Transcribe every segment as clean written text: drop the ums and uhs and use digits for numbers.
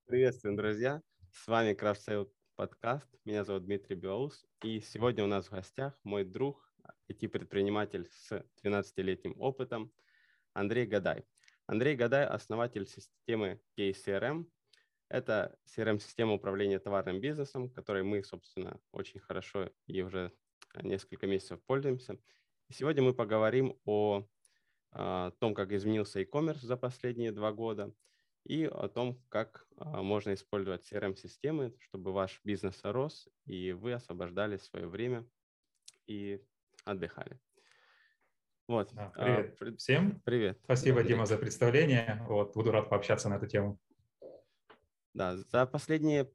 Приветствуем, друзья! С вами CraftSale подкаст. Меня зовут Дмитрий Белоус. И сегодня у нас в гостях мой друг, IT-предприниматель с 12-летним опытом Андрей Гадай. Андрей Гадай – основатель системы KCRM. Это CRM-система управления товарным бизнесом, которой мы, собственно, очень хорошо и уже несколько месяцев пользуемся. И сегодня мы поговорим о том, как изменился e-commerce за последние 2 года, и о том, как можно использовать CRM-системы, чтобы ваш бизнес рос, и вы освобождали свое время и отдыхали. Вот. Привет всем. Привет. Спасибо, Андрей. Дима, за представление. Буду рад пообщаться на эту тему. Да, за последние,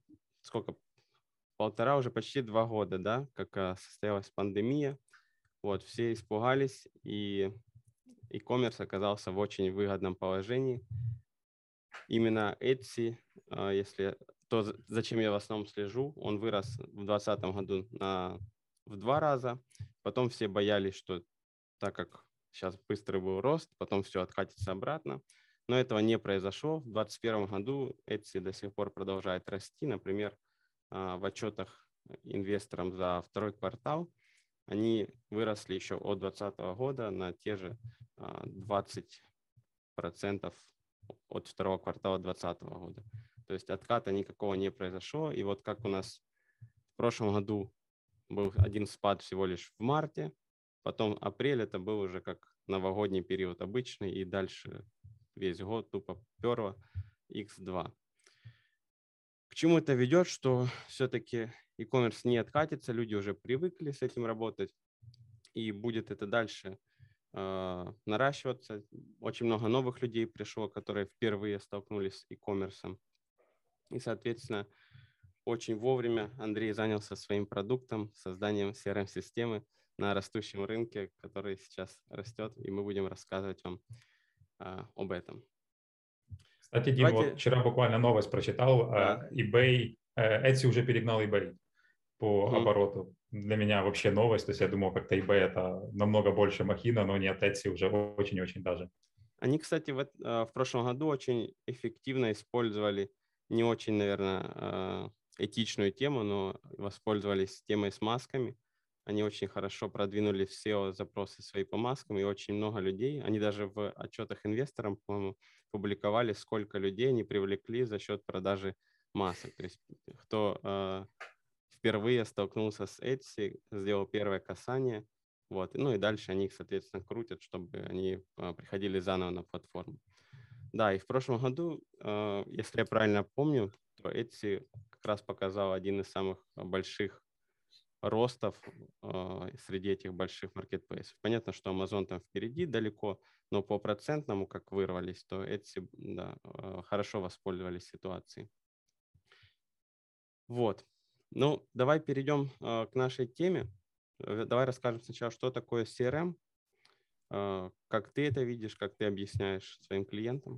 уже почти 2 года, да, как состоялась пандемия, все испугались, и e-commerce оказался в очень выгодном положении. Именно Etsy, если то, зачем я в основном слежу, он вырос в 2020 году в 2 раза. Потом все боялись, что так как сейчас быстрый был рост, потом все откатится обратно. Но этого не произошло. В 2021 году Etsy до сих пор продолжает расти. Например, в отчетах инвесторам за второй квартал они выросли еще от 2020 года на те же 20% от второго квартала 2020 года. То есть отката никакого не произошло. И вот как у нас в прошлом году был один спад всего лишь в марте, потом апрель это был уже как новогодний период обычный, и дальше весь год тупо перло X2. К чему это ведет, что все-таки e-commerce не откатится, люди уже привыкли с этим работать, и будет это дальше наращиваться. Очень много новых людей пришло, которые впервые столкнулись с e-commerce. И, соответственно, очень вовремя Андрей занялся своим продуктом, созданием CRM-системы на растущем рынке, который сейчас растет, и мы будем рассказывать вам об этом. Кстати, Дим, вот вчера буквально новость прочитал. Да. eBay, Etsy уже перегнал eBay по обороту. Для меня вообще новость. То есть я думал, как-то eBay это намного больше махина, но нет, Etsy уже очень-очень даже. Они, кстати, в прошлом году очень эффективно использовали не очень, наверное, этичную тему, но воспользовались темой с масками. Они очень хорошо продвинули в SEO-запросы свои по маскам, и очень много людей, они даже в отчетах инвесторам, по-моему, публиковали, сколько людей они привлекли за счет продажи масок. То есть кто впервые столкнулся с Etsy, сделал первое касание, ну и дальше они их, соответственно, крутят, чтобы они приходили заново на платформу. Да, и в прошлом году, если я правильно помню, то Etsy как раз показал один из самых больших ростов среди этих больших маркетплейсов. Понятно, что Amazon там впереди далеко, но по процентному, как вырвались, то Etsy хорошо воспользовались ситуацией. Ну, давай перейдем к нашей теме. Давай расскажем сначала, что такое CRM, как ты это видишь, как ты объясняешь своим клиентам.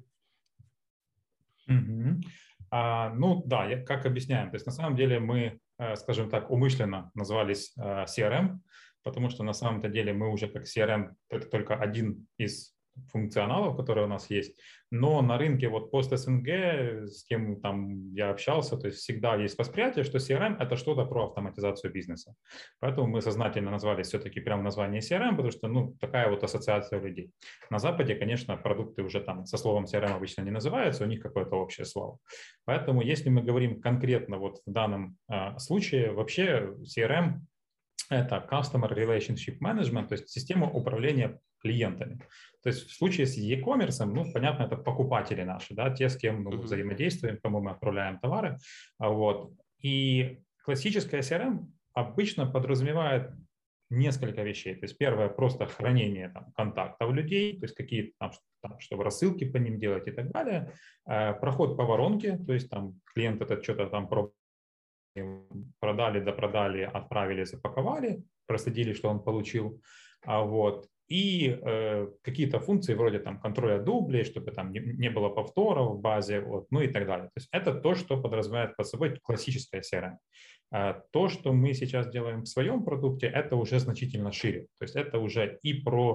Ну да, как объясняем. То есть на самом деле мы, скажем так, умышленно назвались CRM, потому что на самом-то деле мы уже как CRM, это только один из функционалов, которые у нас есть, но на рынке вот пост-СНГ, с кем там я общался, то есть всегда есть восприятие, что CRM – это что-то про автоматизацию бизнеса. Поэтому мы сознательно назвались все-таки прямо название CRM, потому что, ну, такая вот ассоциация у людей. На Западе, конечно, продукты уже там со словом CRM обычно не называются, у них какое-то общее слово. Поэтому если мы говорим конкретно вот в данном случае, вообще CRM – это Customer Relationship Management, то есть система управления клиентами. То есть в случае с e-commerce, ну, понятно, это покупатели наши, да, те, с кем мы взаимодействуем, кому мы отправляем товары. И классическая CRM обычно подразумевает несколько вещей. То есть первое – просто хранение там контактов людей, то есть какие-то там, чтобы рассылки по ним делать и так далее. Проход по воронке, то есть там клиент этот что-то там продали, допродали, отправили, запаковали, проследили, что он получил. И какие-то функции вроде там контроля дублей, чтобы там не было повторов в базе, ну и так далее. То есть это то, что подразумевает под собой классическая CRM. То, что мы сейчас делаем в своем продукте, это уже значительно шире. То есть это уже и про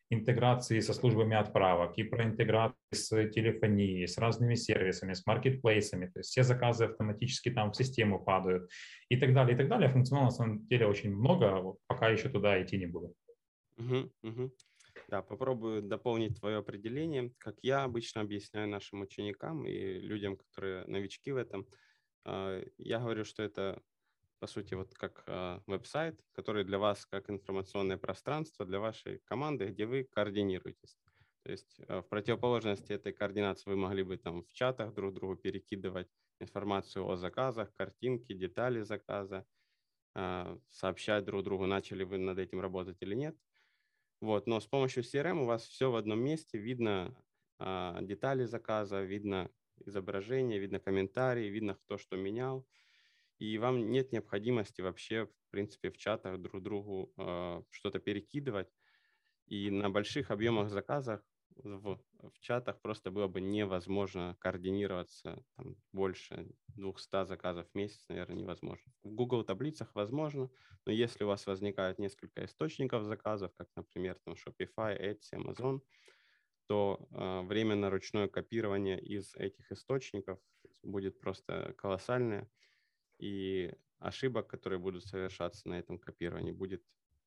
интеграции со службами отправок, и про интеграции с телефонией, с разными сервисами, с маркетплейсами. То есть все заказы автоматически там в систему падают и так далее, и так далее. Функционала на самом деле очень много, вот пока еще туда идти не буду. Мгм, мгм. Да, попробую дополнить твое определение. Как я обычно объясняю нашим ученикам и людям, которые новички в этом, я говорю, что это, по сути, вот как веб-сайт, который для вас как информационное пространство для вашей команды, где вы координируетесь. То есть в противоположности этой координации вы могли бы там в чатах друг другу перекидывать информацию о заказах, картинки, детали заказа, сообщать друг другу, начали вы над этим работать или нет. Вот, но с помощью CRM у вас все в одном месте, видно детали заказа, видно изображение, видно комментарии, видно, кто что менял. И вам нет необходимости вообще, в принципе, в чатах друг другу что-то перекидывать. И на больших объемах заказов в чатах просто было бы невозможно координироваться. Там, больше 200 заказов в месяц, наверное, невозможно. В Google таблицах возможно, но если у вас возникает несколько источников заказов, как, например, там Shopify, Etsy, Amazon, то время на ручное копирование из этих источников будет просто колоссальное, и ошибок, которые будут совершаться на этом копировании, будет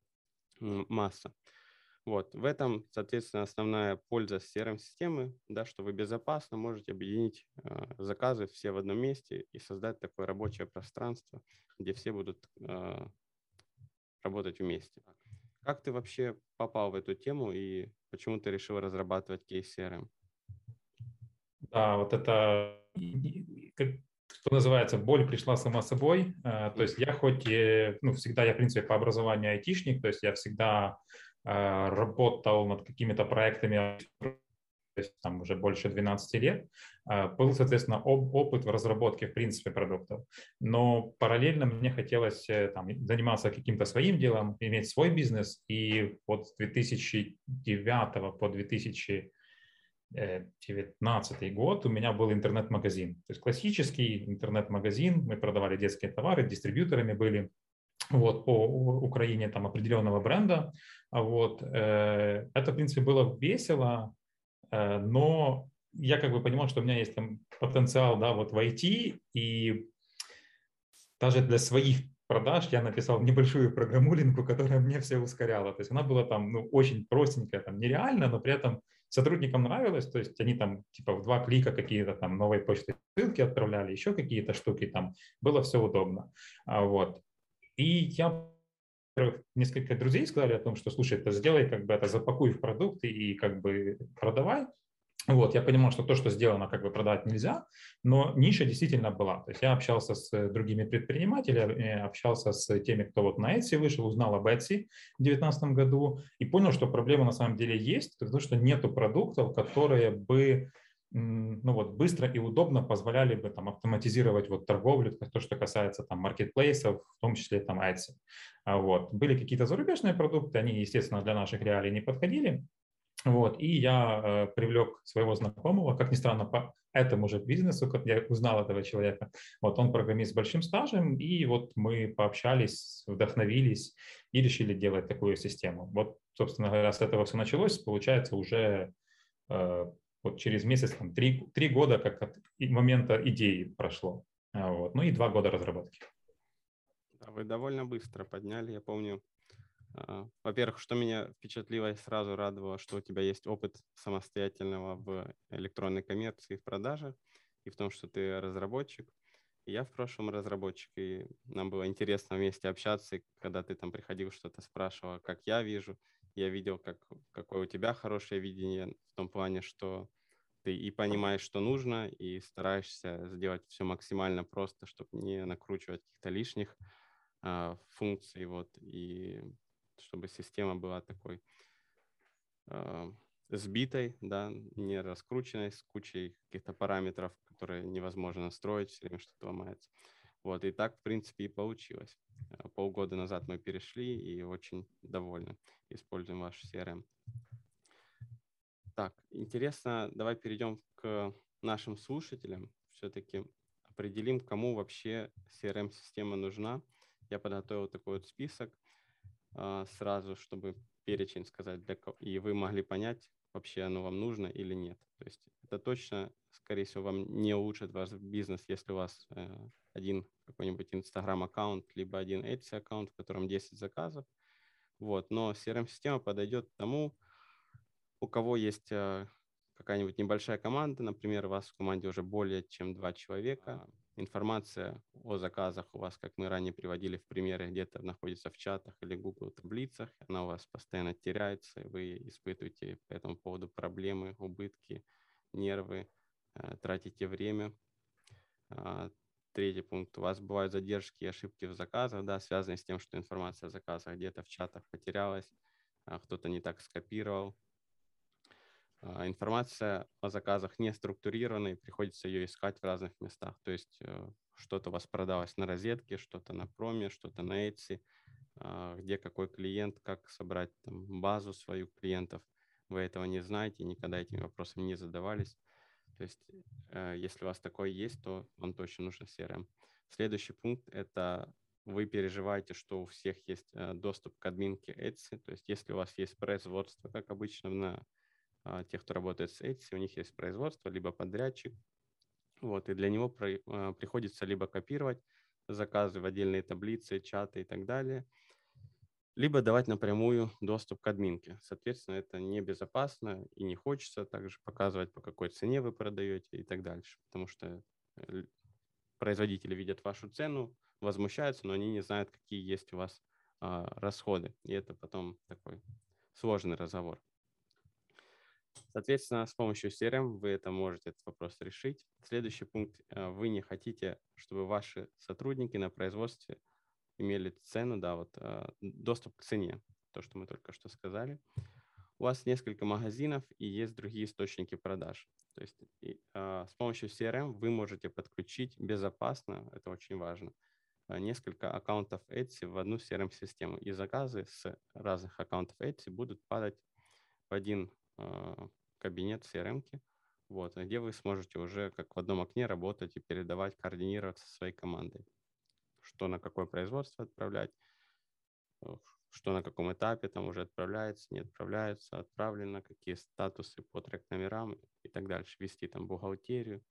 масса. Вот. В этом, соответственно, основная польза CRM-системы, да, что вы безопасно можете объединить заказы все в одном месте и создать такое рабочее пространство, где все будут работать вместе. Как ты вообще попал в эту тему и почему ты решил разрабатывать кейс CRM? Да, вот это, что называется, боль пришла сама собой. То есть я хоть, ну, всегда я, в принципе, по образованию айтишник, то есть я всегда работал над какими-то проектами, то есть там уже больше 12 лет. Был, соответственно, опыт в разработке, в принципе, продуктов. Но параллельно мне хотелось там, заниматься каким-то своим делом, иметь свой бизнес. И вот с 2009 по 2019 год у меня был интернет-магазин. То есть классический интернет-магазин. Мы продавали детские товары, дистрибьюторами были вот, по Украине там определенного бренда. Вот, это, в принципе, было весело, но я как бы понимал, что у меня есть там потенциал, да, вот в IT, и даже для своих продаж я написал небольшую программулинку, которая мне все ускоряла. То есть она была там, ну, очень простенькая, там, нереально, но при этом сотрудникам нравилось, то есть они там типа в 2 клика какие-то там новые почты ссылки отправляли, еще какие-то штуки там, было все удобно. Вот. И я несколько друзей сказали о том, что, слушай, это сделай, как бы это запакуй в продукт и как бы продавай. Вот, я понимал, что то, что сделано, как бы продать нельзя, но ниша действительно была. То есть я общался с другими предпринимателями, общался с теми, кто вот на Etsy вышел, узнал об Etsy в 2019 году и понял, что проблема на самом деле есть, потому что нету продуктов, которые бы ну вот, быстро и удобно позволяли бы там, автоматизировать вот, торговлю, то, что касается там, маркетплейсов, в том числе там, Etsy. Вот. Были какие-то зарубежные продукты, они, естественно, для наших реалий не подходили, вот, и я привлек своего знакомого, как ни странно, по этому же бизнесу, как я узнал этого человека. Вот он программист с большим стажем, и вот мы пообщались, вдохновились и решили делать такую систему. Вот, собственно говоря, с этого все началось. Получается, уже вот через месяц, там, 3 года как от момента идеи прошло. Вот. Ну и 2 года разработки. Да, вы довольно быстро подняли, я помню. Во-первых, что меня впечатлило и сразу радовало, что у тебя есть опыт самостоятельного в электронной коммерции, в продаже, и в том, что ты разработчик. И я в прошлом разработчик, и нам было интересно вместе общаться, и когда ты там приходил, что-то спрашивал, как я вижу, я видел, какое у тебя хорошее видение в том плане, что ты и понимаешь, что нужно, и стараешься сделать все максимально просто, чтобы не накручивать каких-то лишних функций, вот, и чтобы система была такой сбитой, да, не раскрученной с кучей каких-то параметров, которые невозможно настроить, все время что-то ломается. Вот, и так, в принципе, и получилось. Полгода назад мы перешли и очень довольны. Используем ваш CRM. Так, интересно, давай перейдем к нашим слушателям. Все-таки определим, кому вообще CRM-система нужна. Я подготовил такой вот список сразу, чтобы перечень сказать, и вы могли понять, вообще оно вам нужно или нет. То есть это точно, скорее всего, вам не улучшит ваш бизнес, если у вас один какой-нибудь Instagram-аккаунт, либо один Etsy-аккаунт, в котором 10 заказов. Вот. Но CRM-система подойдет тому, у кого есть какая-нибудь небольшая команда, например, у вас в команде уже более чем 2 человека, информация о заказах у вас, как мы ранее приводили в примеры, где-то находится в чатах или Google таблицах, она у вас постоянно теряется, и вы испытываете по этому поводу проблемы, убытки, нервы, тратите время. Третий пункт. У вас бывают задержки и ошибки в заказах, да, связанные с тем, что информация о заказах где-то в чатах потерялась, кто-то не так скопировал. Информация о заказах не структурированной, приходится ее искать в разных местах. То есть что-то у вас продалось на розетке, что-то на проме, что-то на Etsy, где какой клиент, как собрать там базу свою клиентов. Вы этого не знаете, никогда этими вопросами не задавались. То есть если у вас такое есть, то вам точно нужен CRM. Следующий пункт – это вы переживаете, что у всех есть доступ к админке Etsy. То есть если у вас есть производство, как обычно на тех, кто работает с Etsy, у них есть производство, либо подрядчик, вот, и для него приходится либо копировать заказы в отдельные таблицы, чаты и так далее, либо давать напрямую доступ к админке. Соответственно, это небезопасно и не хочется также показывать, по какой цене вы продаете и так дальше, потому что производители видят вашу цену, возмущаются, но они не знают, какие есть у вас расходы, и это потом такой сложный разговор. Соответственно, с помощью CRM вы это можете этот вопрос решить. Следующий пункт. Вы не хотите, чтобы ваши сотрудники на производстве имели цену, да, вот доступ к цене, то, что мы только что сказали. У вас несколько магазинов и есть другие источники продаж. То есть с помощью CRM вы можете подключить безопасно, это очень важно, несколько аккаунтов Etsy в одну CRM-систему. И заказы с разных аккаунтов Etsy будут падать в один кабинет CRM-ки, вот, где вы сможете уже как в одном окне работать и передавать, координироваться со своей командой. Что на какое производство отправлять, что на каком этапе там уже отправляется, не отправляется, отправлено, какие статусы по трек-номерам и так дальше, вести там бухгалтерию.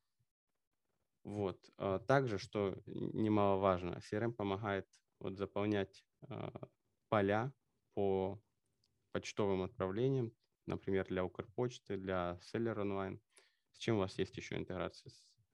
Вот. Также, что немаловажно, CRM помогает вот заполнять поля по почтовым отправлениям, например, для Укрпочты, для Seller Online. С чем у вас есть еще интеграция?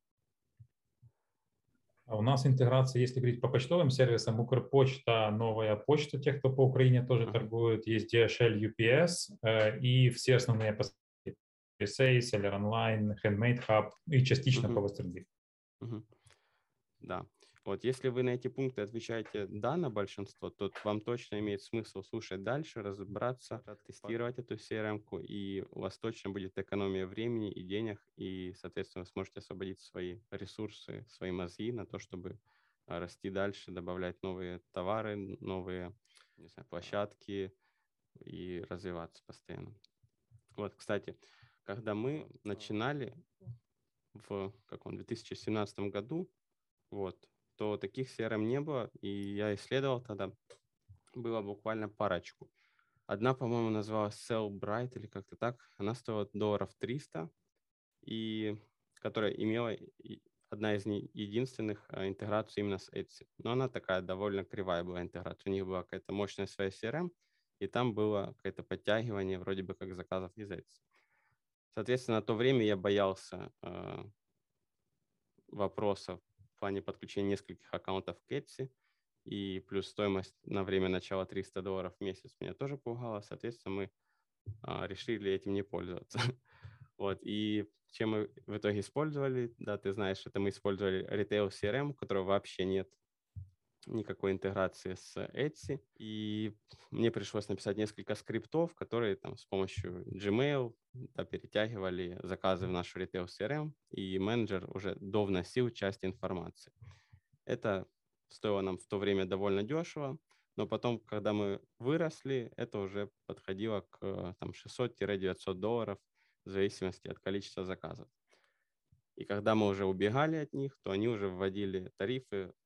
А у нас интеграция, если говорить по почтовым сервисам, Укрпочта, Новая почта, те, кто по Украине тоже торгуют, есть DHL, UPS и все основные поставщики. PSA, Seller Online, Handmade Hub и частично по Western Big. Да. Вот если вы на эти пункты отвечаете «да» на большинство, то вам точно имеет смысл слушать дальше, разобраться, тестировать эту CRM-ку, и у вас точно будет экономия времени и денег, и, соответственно, вы сможете освободить свои ресурсы, свои мозги на то, чтобы расти дальше, добавлять новые товары, новые, не знаю, площадки и развиваться постоянно. Вот, кстати, когда мы начинали в 2017 году, вот, то таких CRM не было, и я исследовал тогда, было буквально парочку. Одна, по-моему, называлась Sellbrite или как-то так, она стоила $300, и которая имела одна из единственных интеграций именно с Etsy. Но она такая довольно кривая была интеграция. У них была какая-то мощная своя CRM, и там было какое-то подтягивание вроде бы как заказов из Etsy. Соответственно, на то время я боялся вопросов в плане подключения нескольких аккаунтов к Etsy, и плюс стоимость на время начала $300 в месяц меня тоже пугала. Соответственно, мы решили этим не пользоваться. Вот, и чем мы в итоге использовали, да, ты знаешь, это мы использовали Retail CRM, у которого вообще нет никакой интеграции с Etsy, и мне пришлось написать несколько скриптов, которые там с помощью Gmail перетягивали заказы в нашу Retail CRM, и менеджер уже довносил часть информации. Это стоило нам в то время довольно дешево, но потом, когда мы выросли, это уже подходило к $600-900 в зависимости от количества заказов. И когда мы уже убегали от них, то они уже вводили тарифы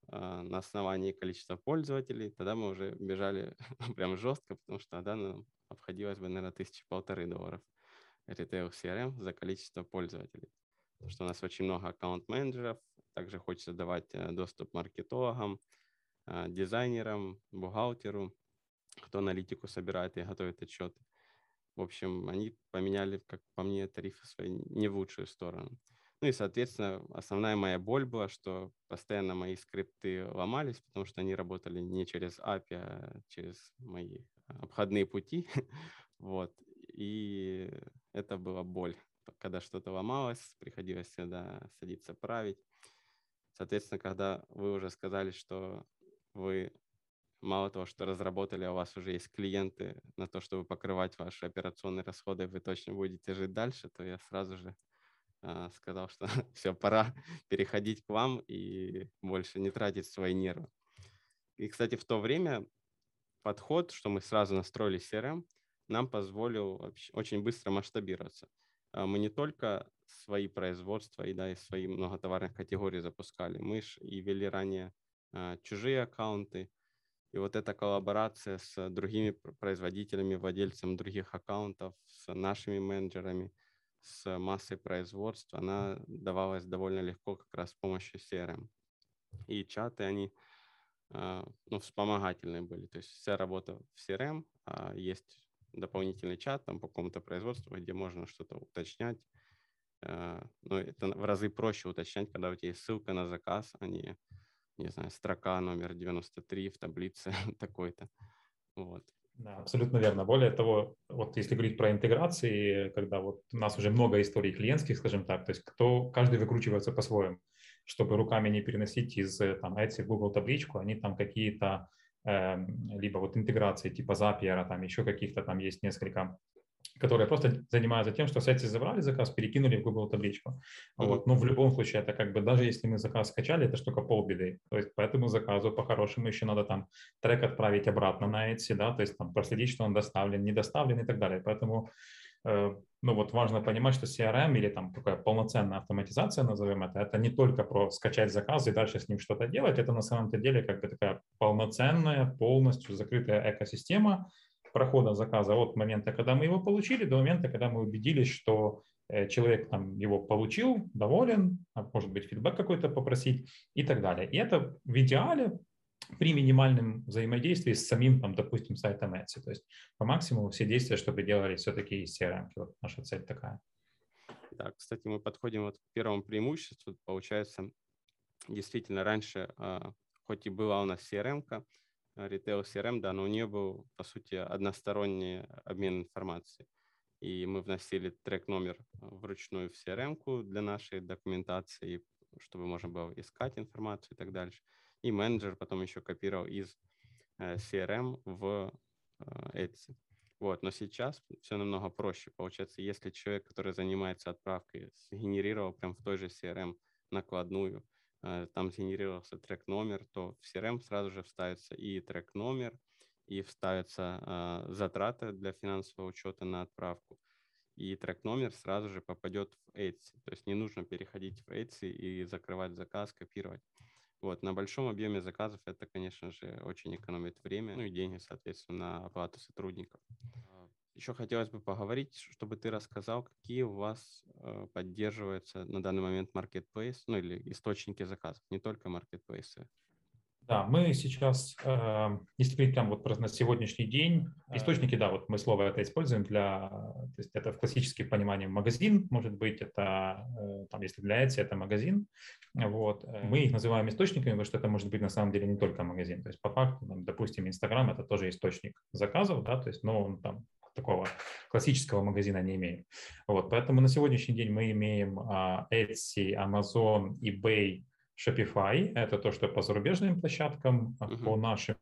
на основании количества пользователей, тогда мы уже бежали прям жестко, потому что тогда нам обходилось бы, наверное, $1500 Retail CRM за количество пользователей. Потому что у нас очень много аккаунт-менеджеров, также хочется давать доступ маркетологам, дизайнерам, бухгалтеру, кто аналитику собирает и готовит отчеты. В общем, они поменяли, как по мне, тарифы свои не в лучшую сторону. Ну и, соответственно, основная моя боль была, что постоянно мои скрипты ломались, потому что они работали не через API, а через мои обходные пути. Вот. И это была боль. Когда что-то ломалось, приходилось всегда садиться править. Соответственно, когда вы уже сказали, что вы мало того, что разработали, а у вас уже есть клиенты на то, чтобы покрывать ваши операционные расходы, вы точно будете жить дальше, то я сразу же сказал, что все, пора переходить к вам и больше не тратить свои нервы. И, кстати, в то время подход, что мы сразу настроили CRM, нам позволил очень быстро масштабироваться. Мы не только свои производства и, да, и свои многотоварных категорий запускали, мы же и вели ранее чужие аккаунты. И вот эта коллаборация с другими производителями, владельцами других аккаунтов, с нашими менеджерами, с массой производства, она давалась довольно легко как раз с помощью CRM. И чаты, они вспомогательные были. То есть вся работа в CRM, а есть дополнительный чат там по какому-то производству, где можно что-то уточнять. Но это в разы проще уточнять, когда у тебя есть ссылка на заказ, а не знаю, строка номер 93 в таблице такой-то. Вот. Да, абсолютно верно. Более того, вот если говорить про интеграции, когда вот у нас уже много историй клиентских, скажем так, то есть каждый выкручивается по-своему, чтобы руками не переносить из там Etsy в Google табличку, они там какие-то либо вот интеграции типа Zapier, там еще каких-то там есть несколько, которые просто занимаются тем, что с Etsy забрали заказ, перекинули в Google табличку. Вот. Но в любом случае, это как бы даже если мы заказ скачали, это ж только полбеды. То есть по этому заказу по-хорошему еще надо там трек отправить обратно на Etsy, да, то есть там проследить, что он доставлен, не доставлен и так далее. Поэтому ну вот важно понимать, что CRM или там такая полноценная автоматизация, назовем это не только про скачать заказ и дальше с ним что-то делать, это на самом-то деле как бы такая полноценная, полностью закрытая экосистема прохода заказа от момента, когда мы его получили, до момента, когда мы убедились, что человек там его получил, доволен, может быть, фидбэк какой-то попросить и так далее. И это в идеале при минимальном взаимодействии с самим, там, допустим, сайтом Etsy. То есть по максимуму все действия, чтобы делали все-таки из CRM. Вот наша цель такая. Да, кстати, мы подходим вот к первому преимуществу. Получается, действительно, раньше, хоть и была у нас CRM-ка, Retail CRM, да, но у нее был, по сути, односторонний обмен информацией. И мы вносили трек-номер вручную в CRM-ку для нашей документации, чтобы можно было искать информацию и так дальше. И менеджер потом еще копировал из CRM в Etsy. Вот, но сейчас все намного проще. Получается, если человек, который занимается отправкой, сгенерировал прям в той же CRM накладную, там сгенерировался трек-номер, то в CRM сразу же вставится и трек-номер, и вставятся затраты для финансового учета на отправку, и трек-номер сразу же попадет в Etsy. То есть не нужно переходить в Etsy и закрывать заказ, копировать. Вот, на большом объеме заказов это, конечно же, очень экономит время, ну и деньги, соответственно, на оплату сотрудников. Еще хотелось бы поговорить, чтобы ты рассказал, какие у вас поддерживаются на данный момент marketplace, ну или источники заказов, не только маркетплейсы. Да, мы сейчас, если говорить прям вот про на сегодняшний день, источники, да, вот мы слово это используем то есть это в классическом понимании магазин, может быть, это, там, если для Etsy, это магазин, вот, мы их называем источниками, потому что это может быть на самом деле не только магазин, то есть по факту, там, допустим, Instagram это тоже источник заказов, да, то есть, но он там такого классического магазина не имеет. Вот, поэтому на сегодняшний день мы имеем Etsy, Amazon, eBay, Shopify – это то, что по зарубежным площадкам, по нашим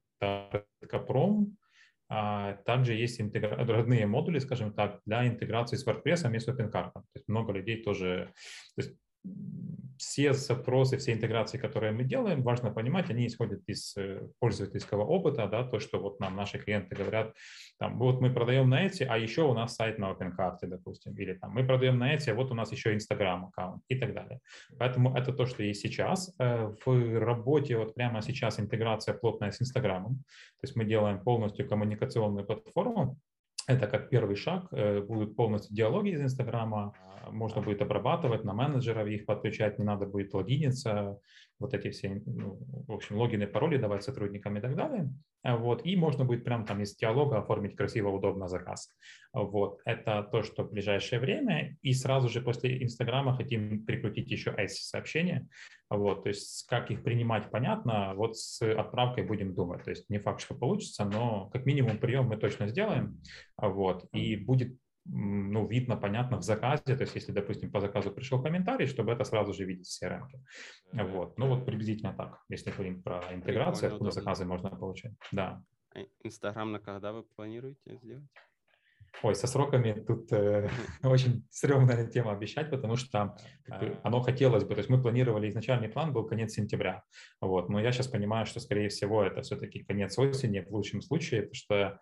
Капром. Также есть родные модули, скажем так, для интеграции с WordPress и с OpenCart. То есть много людей тоже… То есть все запросы, все интеграции, которые мы делаем, важно понимать, они исходят из пользовательского опыта, да, то, что вот нам наши клиенты говорят, там, вот мы продаем на Etsy, а еще у нас сайт на OpenCart, допустим, или там мы продаем на Etsy, а вот у нас еще Instagram аккаунт и так далее. Поэтому это то, что есть сейчас. В работе вот прямо сейчас интеграция плотная с Инстаграмом, то есть мы делаем полностью коммуникационную платформу. Это как первый шаг, будут полностью диалоги из Инстаграма, можно будет обрабатывать, на менеджеров их подключать, не надо будет логиниться, вот эти все, ну, в общем, логины, пароли давать сотрудникам и так далее. Вот, и можно будет прям там из диалога оформить красиво, удобно заказ. Вот, это то, что в ближайшее время, и сразу же после Инстаграма хотим прикрутить еще Etsy-сообщения. Вот, то есть как их принимать, понятно, вот с отправкой будем думать. То есть не факт, что получится, но как минимум прием мы точно сделаем. Вот, и будет, ну, видно, понятно в заказе, то есть если, допустим, по заказу пришел комментарий, чтобы это сразу же видеть в CRM. Вот, ну вот приблизительно так, если говорим про интеграцию, Прикольно, откуда удобно. заказы можно получать. Да. Инстаграм на когда вы планируете сделать? Ой, со сроками тут очень стрёмная тема обещать, потому что оно хотелось бы, то есть мы планировали, изначальный план был конец сентября, вот, но я сейчас понимаю, что, скорее всего, это все-таки конец осени в лучшем случае, потому что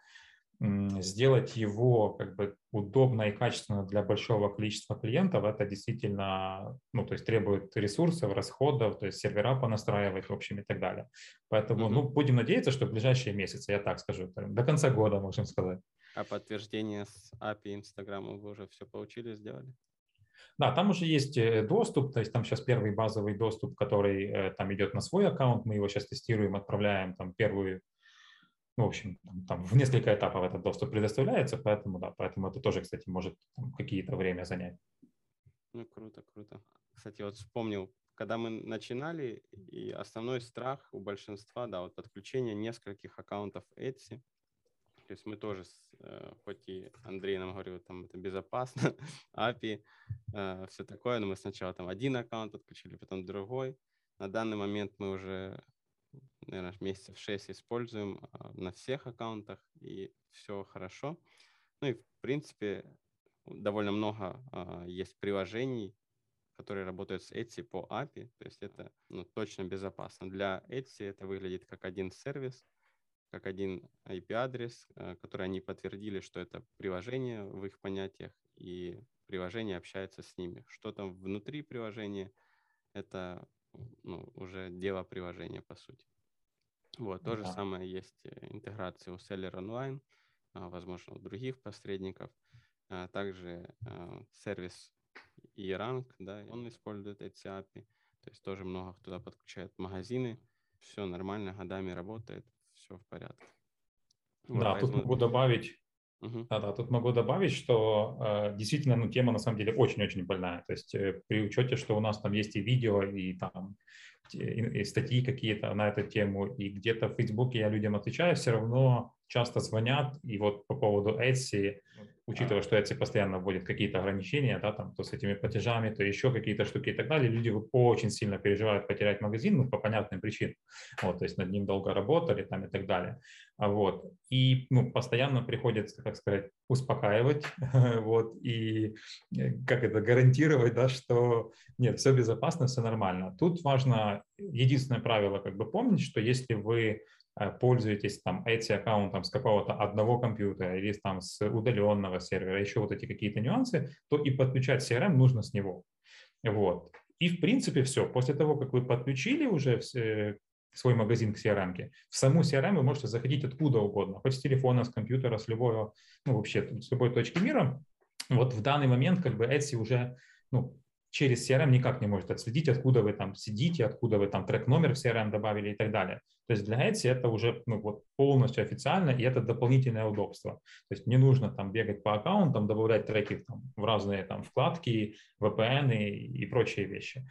сделать его как бы удобно и качественно для большого количества клиентов, это действительно, ну, то есть требует ресурсов, расходов, то есть сервера понастраивать, в общем, и так далее. Поэтому, ну, будем надеяться, что в ближайшие месяцы, я так скажу, до конца года, можем сказать. А подтверждение с API Инстаграма вы уже все получили, сделали? Да, там уже есть доступ, то есть там сейчас первый базовый доступ, который там идет на свой аккаунт, мы его сейчас тестируем, отправляем там первую, ну, в общем, там в несколько этапов этот доступ предоставляется, поэтому, да, поэтому это тоже, кстати, может какие-то время занять. Ну, круто, круто. Кстати, вот вспомнил, когда мы начинали, и основной страх у большинства, да, вот подключение нескольких аккаунтов Etsy. То есть мы тоже, хоть и Андрей нам говорил, там это безопасно, API, все такое, но мы сначала там один аккаунт отключили, потом другой. На данный момент мы уже, наверное, месяцев 6 используем на всех аккаунтах, и все хорошо. Ну и, в принципе, довольно много есть приложений, которые работают с Etsy по API, то есть это, ну, точно безопасно. Для Etsy это выглядит как один сервис, как один IP-адрес, который они подтвердили, что это приложение в их понятиях, и приложение общается с ними. Что там внутри приложения, это, ну, уже дело приложения, по сути. Вот, то же самое есть интеграция у Seller Online, возможно, у других посредников. Также сервис eRank, да, он использует эти API, то есть тоже много кто туда подключает магазины. Все нормально, годами работает, все в порядке. Вот, Да, поэтому... тут могу добавить, да, тут могу добавить, что действительно, ну, тема на самом деле очень-очень больная. То есть при учете, что у нас там есть и видео, и там и статьи какие-то на эту тему, и где-то в Фейсбуке я людям отвечаю, все равно часто звонят, и вот по поводу Etsy, учитывая, что Etsy постоянно вводит какие-то ограничения, да, там, то с этими платежами, то еще какие-то штуки и так далее, люди очень сильно переживают потерять магазин, ну, по понятным причинам, вот, то есть над ним долго работали там и так далее, вот, и, ну, постоянно приходится, как сказать, успокаивать, вот, и как это, гарантировать, да, что нет, все безопасно, все нормально. Тут важно, единственное правило, как бы помнить, что если вы пользуетесь там Etsy аккаунтом с какого-то одного компьютера или там с удаленного сервера, еще вот эти какие-то нюансы, то и подключать CRM нужно с него. Вот. И в принципе все. После того, как вы подключили уже свой магазин к CRM, в саму CRM вы можете заходить откуда угодно, хоть с телефона, с компьютера, с любого, ну вообще с любой точки мира. Вот в данный момент как бы Etsy уже, ну, через CRM никак не может отследить, откуда вы там сидите, откуда вы там трек-номер в CRM добавили и так далее. То есть для Etsy это уже, ну, вот полностью официально, и это дополнительное удобство. То есть не нужно там бегать по аккаунтам, добавлять треки там, в разные там вкладки, VPN и прочие вещи.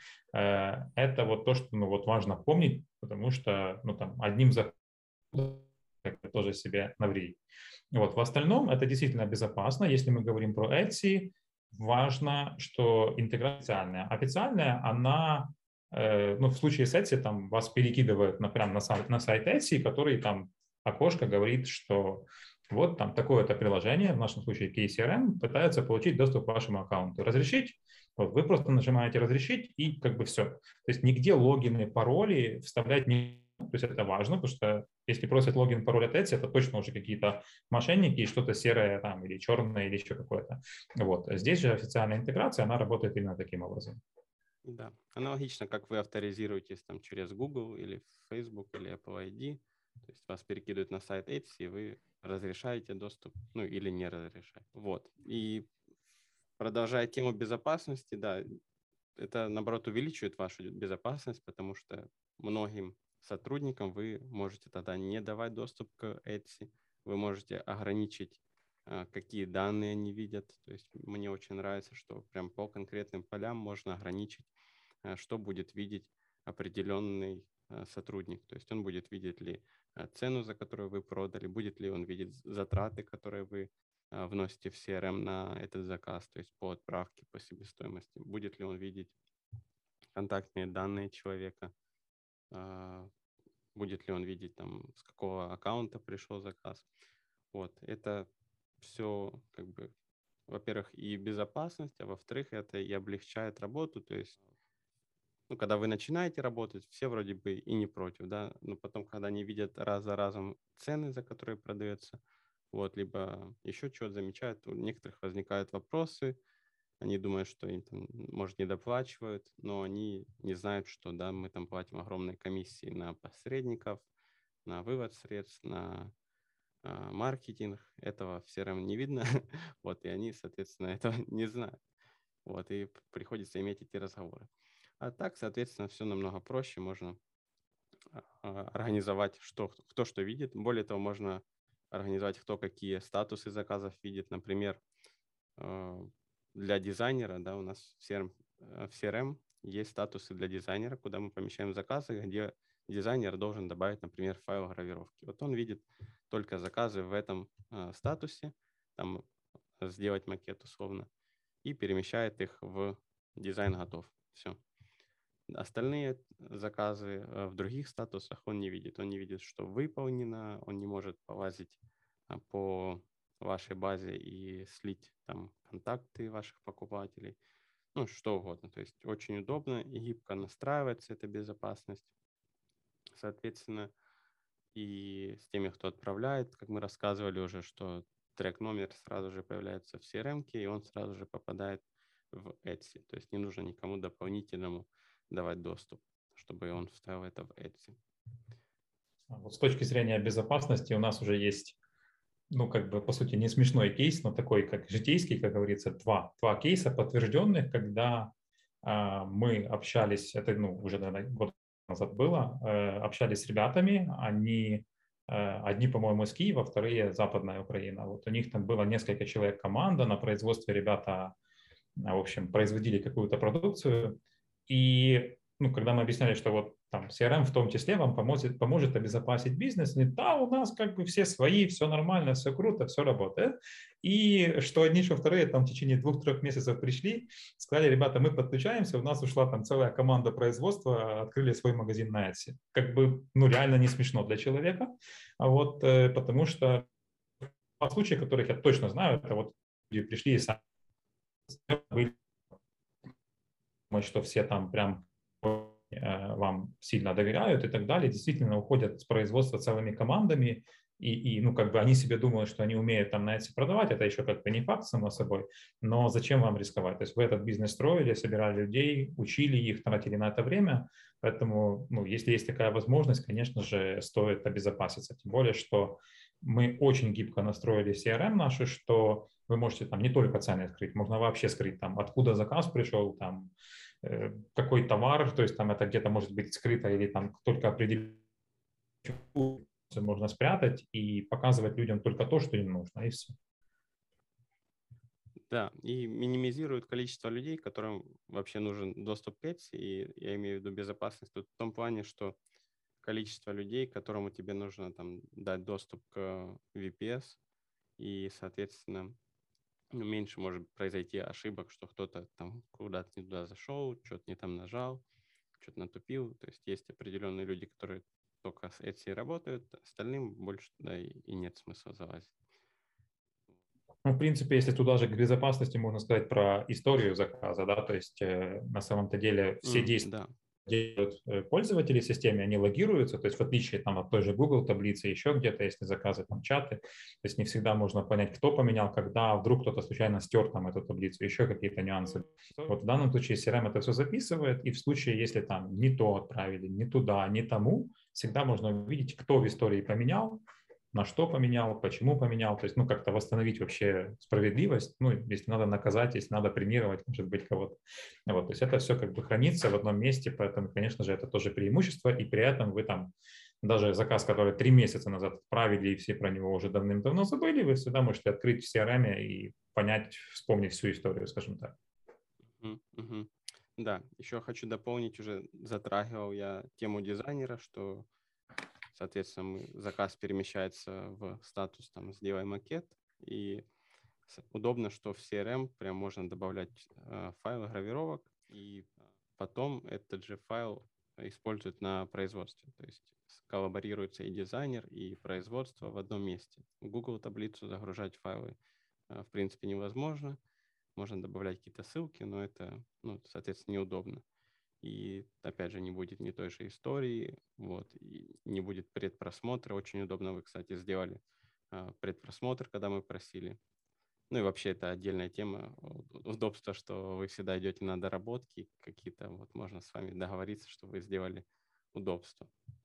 Это вот то, что, ну, вот важно помнить, потому что, ну, там одним заходом тоже себе навредить. Вот. В остальном это действительно безопасно. Если мы говорим про Etsy, важно, что интеграция официальная, она, ну, в случае с Etsy, там вас перекидывают прямо на сайт Etsy, который там окошко говорит, что вот там такое-то приложение, в нашем случае KCRM, пытается получить доступ к вашему аккаунту. Разрешить? Вот вы просто нажимаете «Разрешить» и как бы все. То есть нигде логины, пароли вставлять не... То есть это важно, потому что если просят логин, пароль от Etsy, это точно уже какие-то мошенники и что-то серое там или черное или еще какое-то. Вот. Здесь же официальная интеграция, она работает именно таким образом. Да, аналогично, как вы авторизируетесь там через Google или Facebook или Apple ID, то есть вас перекидывают на сайт Etsy, и вы разрешаете доступ, ну или не разрешаете. Вот. И продолжая тему безопасности, да, это наоборот увеличивает вашу безопасность, потому что многим сотрудникам вы можете тогда не давать доступ к Etsy, вы можете ограничить, какие данные они видят. То есть мне очень нравится, что прям по конкретным полям можно ограничить, что будет видеть определенный сотрудник. То есть он будет видеть ли цену, за которую вы продали, будет ли он видеть затраты, которые вы вносите в CRM на этот заказ, то есть по отправке, по себестоимости, будет ли он видеть контактные данные человека, будет ли он видеть там, с какого аккаунта пришел заказ. Вот, это все как бы, во-первых, и безопасность, а во-вторых, это и облегчает работу, то есть ну, когда вы начинаете работать, все вроде бы и не против, да, но потом, когда они видят раз за разом цены, за которые продается, вот, либо еще что-то замечают, у некоторых возникают вопросы, они думают, что им там, может, недоплачивают, но они не знают, что, да, мы там платим огромные комиссии на посредников, на вывод средств, на маркетинг, этого все равно не видно, вот, и они, соответственно, этого не знают, вот, и приходится иметь эти разговоры. А так, соответственно, все намного проще. Можно организовать, кто что видит. Более того, можно организовать, кто какие статусы заказов видит. Например, для дизайнера, да, у нас в CRM есть статусы для дизайнера, куда мы помещаем заказы, где дизайнер должен добавить, например, файл гравировки. Вот он видит только заказы в этом статусе, там сделать макет условно, и перемещает их в дизайн готов. Все. Остальные заказы в других статусах он не видит. Он не видит, что выполнено, он не может полазить по вашей базе и слить там контакты ваших покупателей, ну, что угодно. То есть очень удобно и гибко настраивается эта безопасность. Соответственно, и с теми, кто отправляет, как мы рассказывали уже, что трек-номер сразу же появляется в CRM-ке, и он сразу же попадает в Etsy. То есть не нужно никому дополнительному давать доступ, чтобы он вставил это в Etsy. Вот с точки зрения безопасности у нас уже есть, ну, как бы, по сути, не смешной кейс, но такой, как житейский, как говорится, два кейса подтвержденных, когда мы общались, это, ну, уже, наверное, год назад было, общались с ребятами, они, одни, по-моему, из Киева, вторые Западная Украина. Вот у них там было несколько человек команда, на производстве ребята, в общем, производили какую-то продукцию, и ну, когда мы объясняли, что вот там CRM в том числе вам поможет обезопасить бизнес, они, да, у нас как бы все свои, все нормально, все круто, все работает. И что одни, что вторые там в течение 2-3 месяцев пришли, сказали, ребята, мы подключаемся, у нас ушла там целая команда производства, открыли свой магазин на Etsy. Как бы, ну, реально не смешно для человека, вот, потому что по случаям, которых я точно знаю, это вот люди пришли и сами были, что все там прям вам сильно доверяют и так далее, действительно уходят с производства целыми командами, и ну, как бы они себе думают, что они умеют там на Etsy продавать, это еще как бы не факт, само собой, но зачем вам рисковать? То есть вы этот бизнес строили, собирали людей, учили их, тратили на это время, поэтому, ну, если есть такая возможность, конечно же, стоит обезопаситься, тем более, что мы очень гибко настроили CRM наши, что вы можете там не только цены скрыть, можно вообще скрыть там, откуда заказ пришел, там, какой товар, то есть там это где-то может быть скрыто или там только определенно можно спрятать и показывать людям только то, что им нужно, и все. Да, и минимизирует количество людей, которым вообще нужен доступ к Etsy, и я имею в виду безопасность тут в том плане, что количество людей, которому тебе нужно там дать доступ к VPS, и, соответственно, ну, меньше может произойти ошибок, что кто-то там куда-то не туда зашел, что-то не там нажал, что-то натупил. То есть есть определенные люди, которые только с Etsy работают, остальным больше туда и нет смысла залазить. Ну, в принципе, если туда же к безопасности можно сказать про историю заказа, да, то есть на самом-то деле все действия Да. делают пользователи в системе, они логируются, то есть в отличие там, от той же Google таблицы, еще где-то, если заказы, там чаты, то есть не всегда можно понять, кто поменял, когда, вдруг кто-то случайно стер там эту таблицу, еще какие-то нюансы. Вот в данном случае CRM это все записывает, и в случае, если там не то отправили, не туда, не тому, всегда можно увидеть, кто в истории поменял, на что поменял, почему поменял, то есть, ну, как-то восстановить вообще справедливость, ну, если надо наказать, если надо премировать, может быть, кого-то. Вот, то есть это все как бы хранится в одном месте, поэтому, конечно же, это тоже преимущество, и при этом вы там даже заказ, который 3 месяца назад отправили, и все про него уже давным-давно забыли, вы всегда можете открыть в CRM и понять, вспомнить всю историю, скажем так. Мгм. Да, еще хочу дополнить, уже затрагивал я тему дизайнера, что, соответственно, заказ перемещается в статус там «Сделай макет», и удобно, что в CRM прям можно добавлять файлы гравировок, и потом этот же файл используют на производстве. То есть коллаборируется и дизайнер, и производство в одном месте. В Google таблицу загружать файлы в принципе невозможно. Можно добавлять какие-то ссылки, но это, ну, соответственно, неудобно. И опять же не будет ни той же истории, вот, и не будет предпросмотра. Очень удобно вы, кстати, сделали предпросмотр, когда мы просили. Ну и вообще это отдельная тема, удобство, что вы всегда идете на доработки какие-то, вот можно с вами договориться, чтобы вы сделали удобство.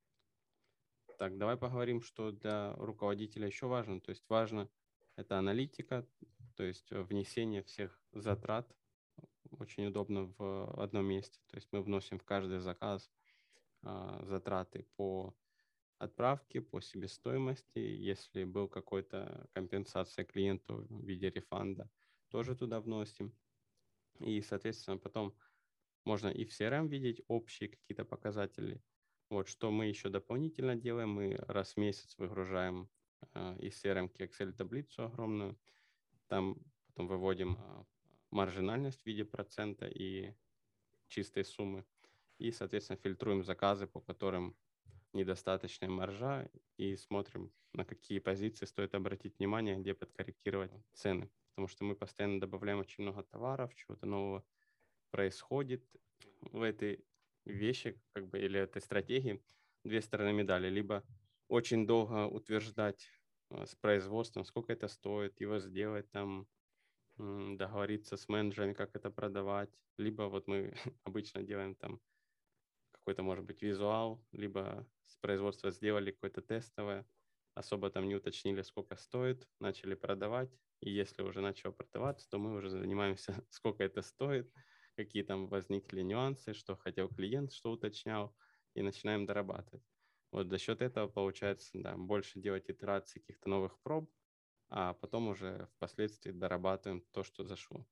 Так, давай поговорим, что для руководителя еще важно. То есть важно это аналитика, то есть внесение всех затрат очень удобно в одном месте. То есть мы вносим в каждый заказ затраты по отправке, по себестоимости. Если был какой-то компенсация клиенту в виде рефанда, тоже туда вносим. И, соответственно, потом можно и в CRM видеть общие какие-то показатели. Вот что мы еще дополнительно делаем, мы раз в месяц выгружаем из CRM Excel таблицу огромную, там потом выводим маржинальность в виде процента и чистой суммы, и, соответственно, фильтруем заказы, по которым недостаточная маржа, и смотрим, на какие позиции стоит обратить внимание, где подкорректировать цены, потому что мы постоянно добавляем очень много товаров, чего-то нового происходит в этой вещи, как бы, или этой стратегии, две стороны медали. Либо очень долго утверждать с производством, сколько это стоит, его сделать, там, договориться с менеджерами, как это продавать. Либо вот мы обычно делаем там какой-то, может быть, визуал, либо с производства сделали какое-то тестовое, особо там не уточнили, сколько стоит, начали продавать, и если уже начало продаваться, то мы уже занимаемся, сколько это стоит, какие там возникли нюансы, что хотел клиент, что уточнял, и начинаем дорабатывать. Вот за счет этого получается, да, больше делать итераций каких-то новых проб, а потом уже впоследствии дорабатываем то, что зашло.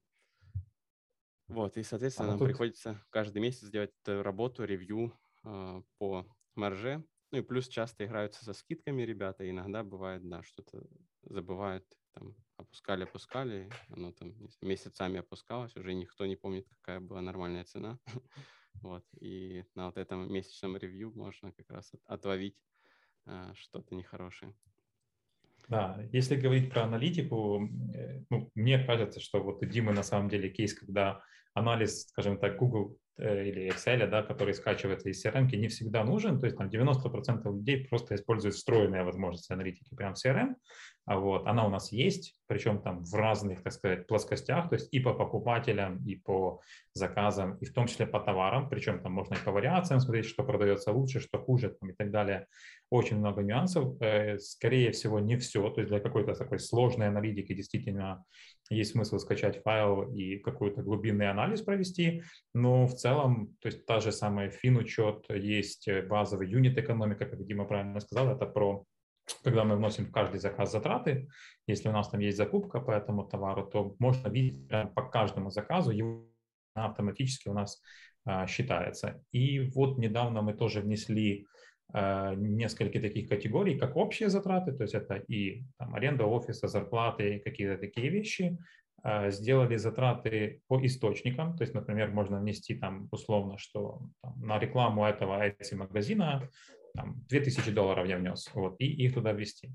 Вот, и, соответственно, нам приходится каждый месяц делать работу, ревью по марже. Ну и плюс часто играются со скидками ребята. Иногда бывает, да, что-то забывают, там, опускали, оно там месяцами опускалось, уже никто не помнит, какая была нормальная цена. Вот, и на вот этом месячном ревью можно как раз отловить что-то нехорошее. Да, если говорить про аналитику, ну, мне кажется, что вот у Димы на самом деле кейс, когда анализ, скажем так, Google или Excel, да, который скачивается из CRM, не всегда нужен, то есть там 90% людей просто используют встроенные возможности аналитики прямо в CRM, вот, она у нас есть, причем там в разных, так сказать, плоскостях, то есть и по покупателям, и по заказам, и в том числе по товарам, причем там можно и по вариациям смотреть, что продается лучше, что хуже, там, и так далее. Очень много нюансов, скорее всего, не все, то есть для какой-то такой сложной аналитики действительно есть смысл скачать файл и какой-то глубинный анализ провести, но в целом, то есть та же самая фин-учет, есть базовый юнит-экономика, как Дима правильно сказал, это про когда мы вносим в каждый заказ затраты, если у нас там есть закупка по этому товару, то можно видеть прямо по каждому заказу, его автоматически у нас считается. И вот недавно мы тоже внесли несколько таких категорий, как общие затраты, то есть это и там, аренда офиса, зарплаты, какие-то такие вещи. Сделали затраты по источникам, то есть, например, можно внести там условно, что там, на рекламу этого магазина там, $2000 я внес, вот, и их туда ввести.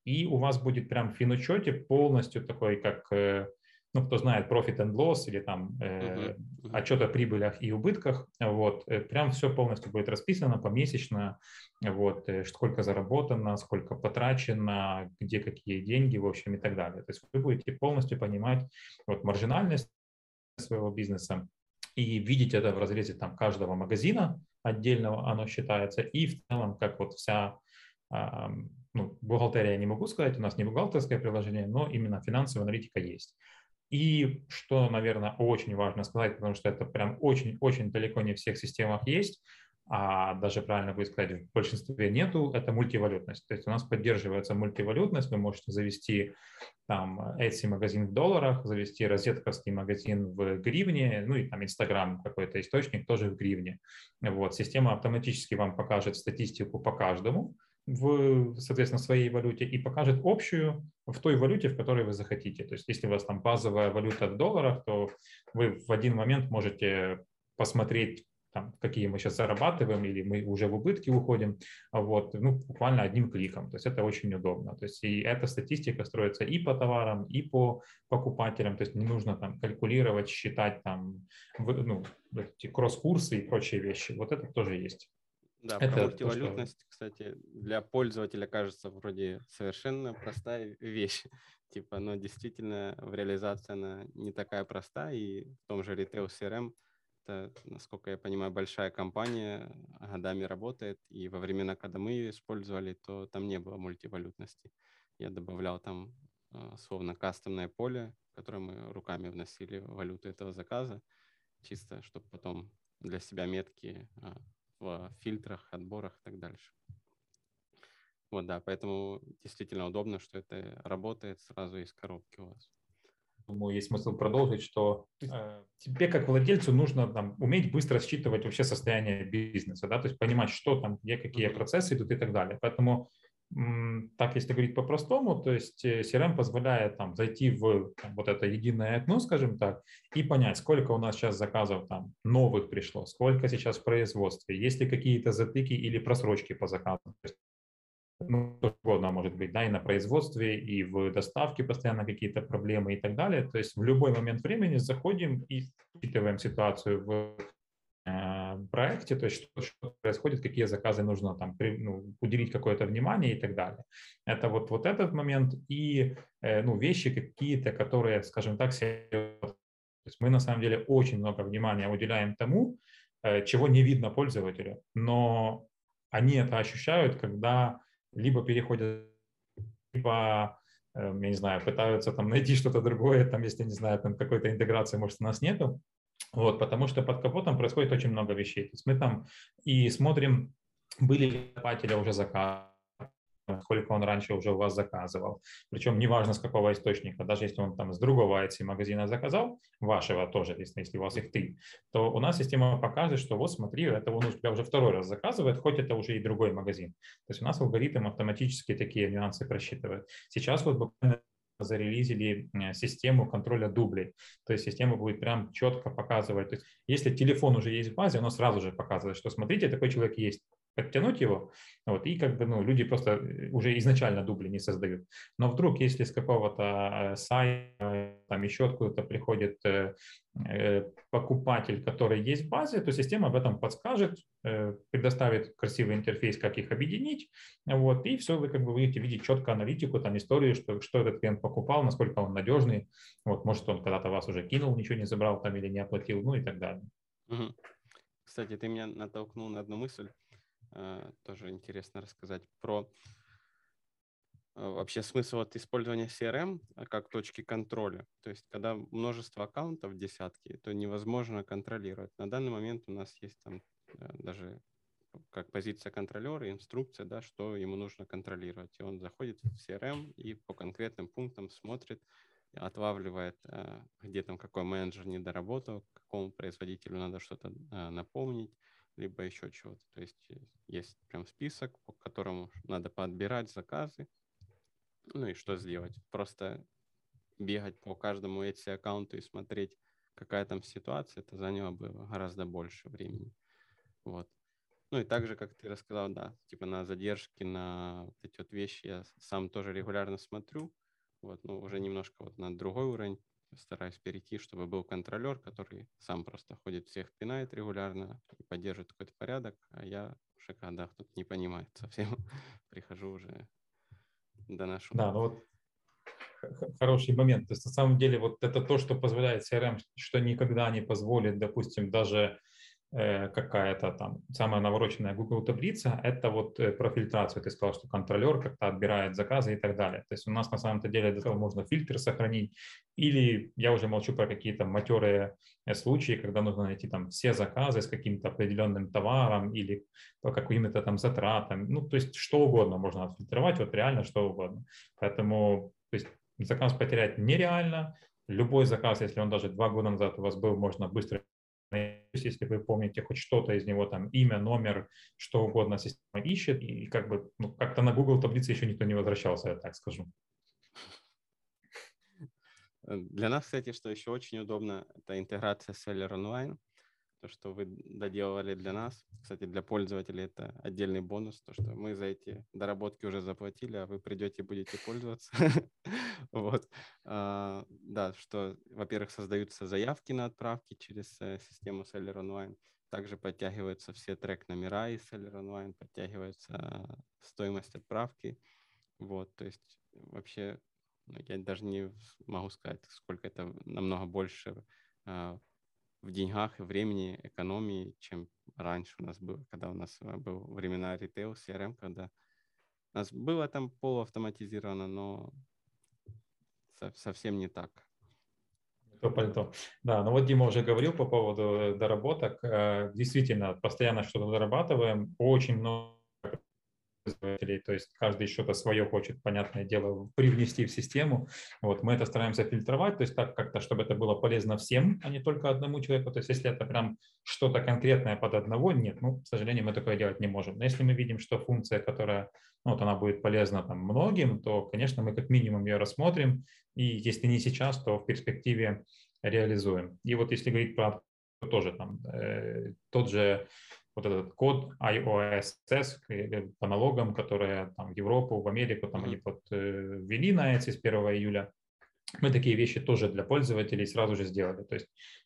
и у вас будет прям в финучете полностью такой, как, ну, кто знает, profit and loss или там отчет о прибылях и убытках, вот, прям все полностью будет расписано помесячно, вот, сколько заработано, сколько потрачено, где какие деньги, в общем, и так далее. То есть вы будете полностью понимать вот маржинальность своего бизнеса и видеть это в разрезе там каждого магазина отдельного оно считается, и в целом как вот вся ну, бухгалтерия не могу сказать, у нас не бухгалтерское приложение, но именно финансовая аналитика есть. И что, наверное, очень важно сказать, потому что это прям очень-очень далеко не в всех системах есть, а даже правильно будет сказать, в большинстве нету, это мультивалютность. То есть у нас поддерживается мультивалютность, вы можете завести там Etsy магазин в долларах, завести розетковский магазин в гривне, ну и там Instagram какой-то источник тоже в гривне. Вот, система автоматически вам покажет статистику по каждому в, соответственно, своей валюте и покажет общую в той валюте, в которой вы захотите. То есть если у вас там базовая валюта в долларах, то вы в один момент можете посмотреть, там, какие мы сейчас зарабатываем, или мы уже в убытки уходим, вот, ну, буквально одним кликом. То есть это очень удобно. То есть и эта статистика строится и по товарам, и по покупателям. То есть не нужно там калькулировать, считать там, ну, эти кросс-курсы и прочие вещи. Вот это тоже есть. Да, про Это то, что... мультивалютность, кстати, для пользователя кажется вроде совершенно простая вещь. Типа, но действительно в реализации она не такая простая, и в том же Retail CRM, это, насколько я понимаю, большая компания, годами работает, и во времена, когда мы ее использовали, то там не было мультивалютности. Я добавлял там словно кастомное поле, в которое мы руками вносили валюту этого заказа, чисто, чтобы потом для себя метки в фильтрах, отборах и так дальше. Вот, да, поэтому действительно удобно, что это работает сразу из коробки у вас. Думаю, есть смысл продолжить, что тебе как владельцу нужно там, уметь быстро считывать вообще состояние бизнеса, да, то есть понимать, что там, где какие процессы идут и так далее. Поэтому так, если говорить по-простому, то есть CRM позволяет там зайти в там, вот это единое окно, скажем так, и понять, сколько у нас сейчас заказов там новых пришло, сколько сейчас в производстве, есть ли какие-то затыки или просрочки по заказам. Ну, что угодно может быть, да, и на производстве, и в доставке постоянно какие-то проблемы и так далее. То есть в любой момент времени заходим и учитываем ситуацию в проекте, то есть что происходит, какие заказы нужно там уделить какое-то внимание и так далее. Это вот этот момент и ну, вещи какие-то, которые, скажем так, то есть мы на самом деле очень много внимания уделяем тому, чего не видно пользователю, но они это ощущают, когда либо переходят, либо я не знаю, пытаются там найти что-то другое, там, если, не знаю, там какой-то интеграции, может, у нас нету, вот, потому что под капотом происходит очень много вещей. То есть мы там и смотрим, были ли покупатели уже заказы, сколько он раньше уже у вас заказывал. Причем неважно с какого источника, даже если он там с другого Etsy магазина заказал, вашего тоже, если у вас их 3, то у нас система покажет, что вот смотри, это он у тебя уже второй раз заказывает, хоть это уже и другой магазин. То есть у нас алгоритм автоматически такие нюансы просчитывает. Сейчас вот буквально зарелизили систему контроля дублей. То есть система будет прям четко показывать. То есть если телефон уже есть в базе, оно сразу же показывает, что смотрите, такой человек есть. Подтянуть его, вот, и как бы ну, люди просто уже изначально дубли не создают. Но вдруг, если с какого-то сайта, там еще откуда-то приходит покупатель, который есть в базе, то система об этом подскажет, предоставит красивый интерфейс, как их объединить, вот, и все, вы как бы будете видеть четко аналитику, там историю, что этот клиент покупал, насколько он надежный, вот, может, он когда-то вас уже кинул, ничего не забрал там или не оплатил, ну и так далее. Угу. Кстати, ты меня натолкнул на одну мысль, тоже интересно рассказать про вообще смысл от использования CRM как точки контроля. То есть, когда множество аккаунтов, десятки, то невозможно контролировать. На данный момент у нас есть там даже как позиция контролера, инструкция, да, что ему нужно контролировать. И он заходит в CRM и по конкретным пунктам смотрит, отлавливает, где там какой менеджер не доработал, какому производителю надо что-то напомнить, либо еще чего-то. То есть прям список, по которому надо подбирать заказы. Ну и что сделать? Просто бегать по каждому эти аккаунту и смотреть, какая там ситуация, это заняло бы гораздо больше времени. Вот. Ну и также, как ты рассказал, да, типа на задержки, на вот эти вот вещи я сам тоже регулярно смотрю. Вот, ну, уже немножко вот на другой уровень стараюсь перейти, чтобы был контролер, который сам просто ходит, всех пинает регулярно и поддерживает какой-то порядок, а я в шоколадах тут не понимаю совсем. Прихожу уже, доношу. Да, ну вот хороший момент. То есть на самом деле вот это то, что позволяет CRM, что никогда не позволит, допустим, даже какая-то там самая навороченная Google таблица, это вот про фильтрацию. Ты сказал, что контролер как-то отбирает заказы и так далее. То есть у нас на самом-то деле для этого можно фильтр сохранить. Или я уже молчу про какие-то матерые случаи, когда нужно найти там все заказы с каким-то определенным товаром или по каким-то там затратам. Ну, то есть что угодно можно отфильтровать, вот реально что угодно. Поэтому то есть, заказ потерять нереально. Любой заказ, если он даже 2 года назад у вас был, можно быстро, если вы помните хоть что-то из него, там имя, номер, что угодно система ищет, и как бы ну, как-то на Google таблице еще никто не возвращался, я так скажу. Для нас, кстати, что еще очень удобно, это интеграция с Seller Online. То, что вы доделали для нас. Кстати, для пользователей это отдельный бонус, то, что мы за эти доработки уже заплатили, а вы придете и будете пользоваться. Вот. Да, что, во-первых, создаются заявки на отправки через систему Seller Online. Также подтягиваются все трек-номера из Seller Online, подтягивается стоимость отправки. Вот, то есть вообще я даже не могу сказать, сколько это намного больше в деньгах и времени экономии, чем раньше у нас было, когда у нас был времена ритейл, CRM, когда у нас было там полуавтоматизировано, но совсем не так. Пальто. Да, ну вот Дима уже говорил по поводу доработок. Действительно, постоянно что-то дорабатываем. Очень много пользователей, то есть каждый что-то свое хочет, понятное дело, привнести в систему. Вот мы это стараемся фильтровать, то есть так как-то, чтобы это было полезно всем, а не только одному человеку. То есть если это прям что-то конкретное под одного, нет, ну, к сожалению, мы такое делать не можем. Но если мы видим, что функция, которая, ну, вот она будет полезна там многим, то, конечно, мы как минимум ее рассмотрим, и если не сейчас, то в перспективе реализуем. И вот если говорить про тоже там тот же вот этот код iOS по налогам, которые там в Европу, в Америку, там они ввели на эти с 1 июля. Мы такие вещи тоже для пользователей сразу же сделали. То есть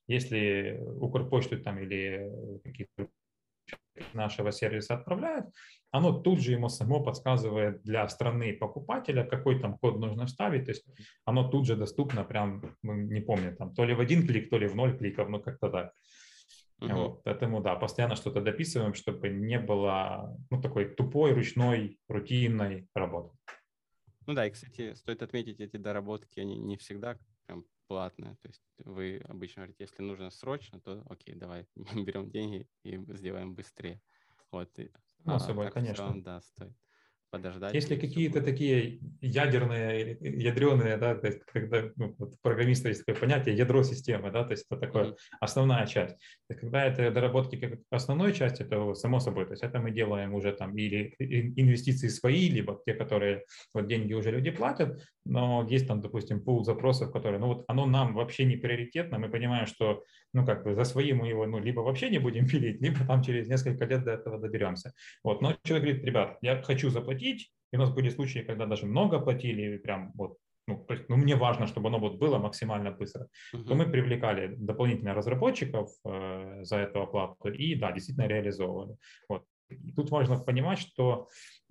если Укрпочту там или какие-то нашего сервиса отправляют, оно тут же ему само подсказывает для страны покупателя, какой там код нужно вставить. То есть оно тут же доступно, прям, не помню, там то ли в 1 клик, то ли в 0 кликов, ну как-то так. Вот, поэтому, да, постоянно что-то дописываем, чтобы не было ну, такой тупой, ручной, рутинной работы. Ну да, и, кстати, стоит отметить, эти доработки, они не всегда прям платные. То есть вы обычно говорите, если нужно срочно, то окей, давай берем деньги и сделаем быстрее. Вот. Ну, собой, Так в конечно. целом, да, стоит подождать. Если И все какие-то будет. такие ядерные, ядреные, да, то есть, когда ну, вот программиста есть такое понятие ядро системы, да, то есть это такое основная часть. И когда это доработки как основной части, то само собой, то есть это мы делаем уже там или инвестиции свои, либо те, которые вот деньги уже люди платят, но есть там, допустим, пул запросов, которые, ну вот оно нам вообще не приоритетно, мы понимаем, что ну как бы за свои мы его ну либо вообще не будем пилить, либо там через несколько лет до этого доберемся. Вот, но человек говорит, ребят, я хочу заплатить. И у нас были случаи, когда даже много платили, прям вот, ну, то есть, ну, мне важно, чтобы оно вот было максимально быстро, то мы привлекали дополнительно разработчиков за эту оплату и, да, действительно реализовывали. Вот. И тут важно понимать, что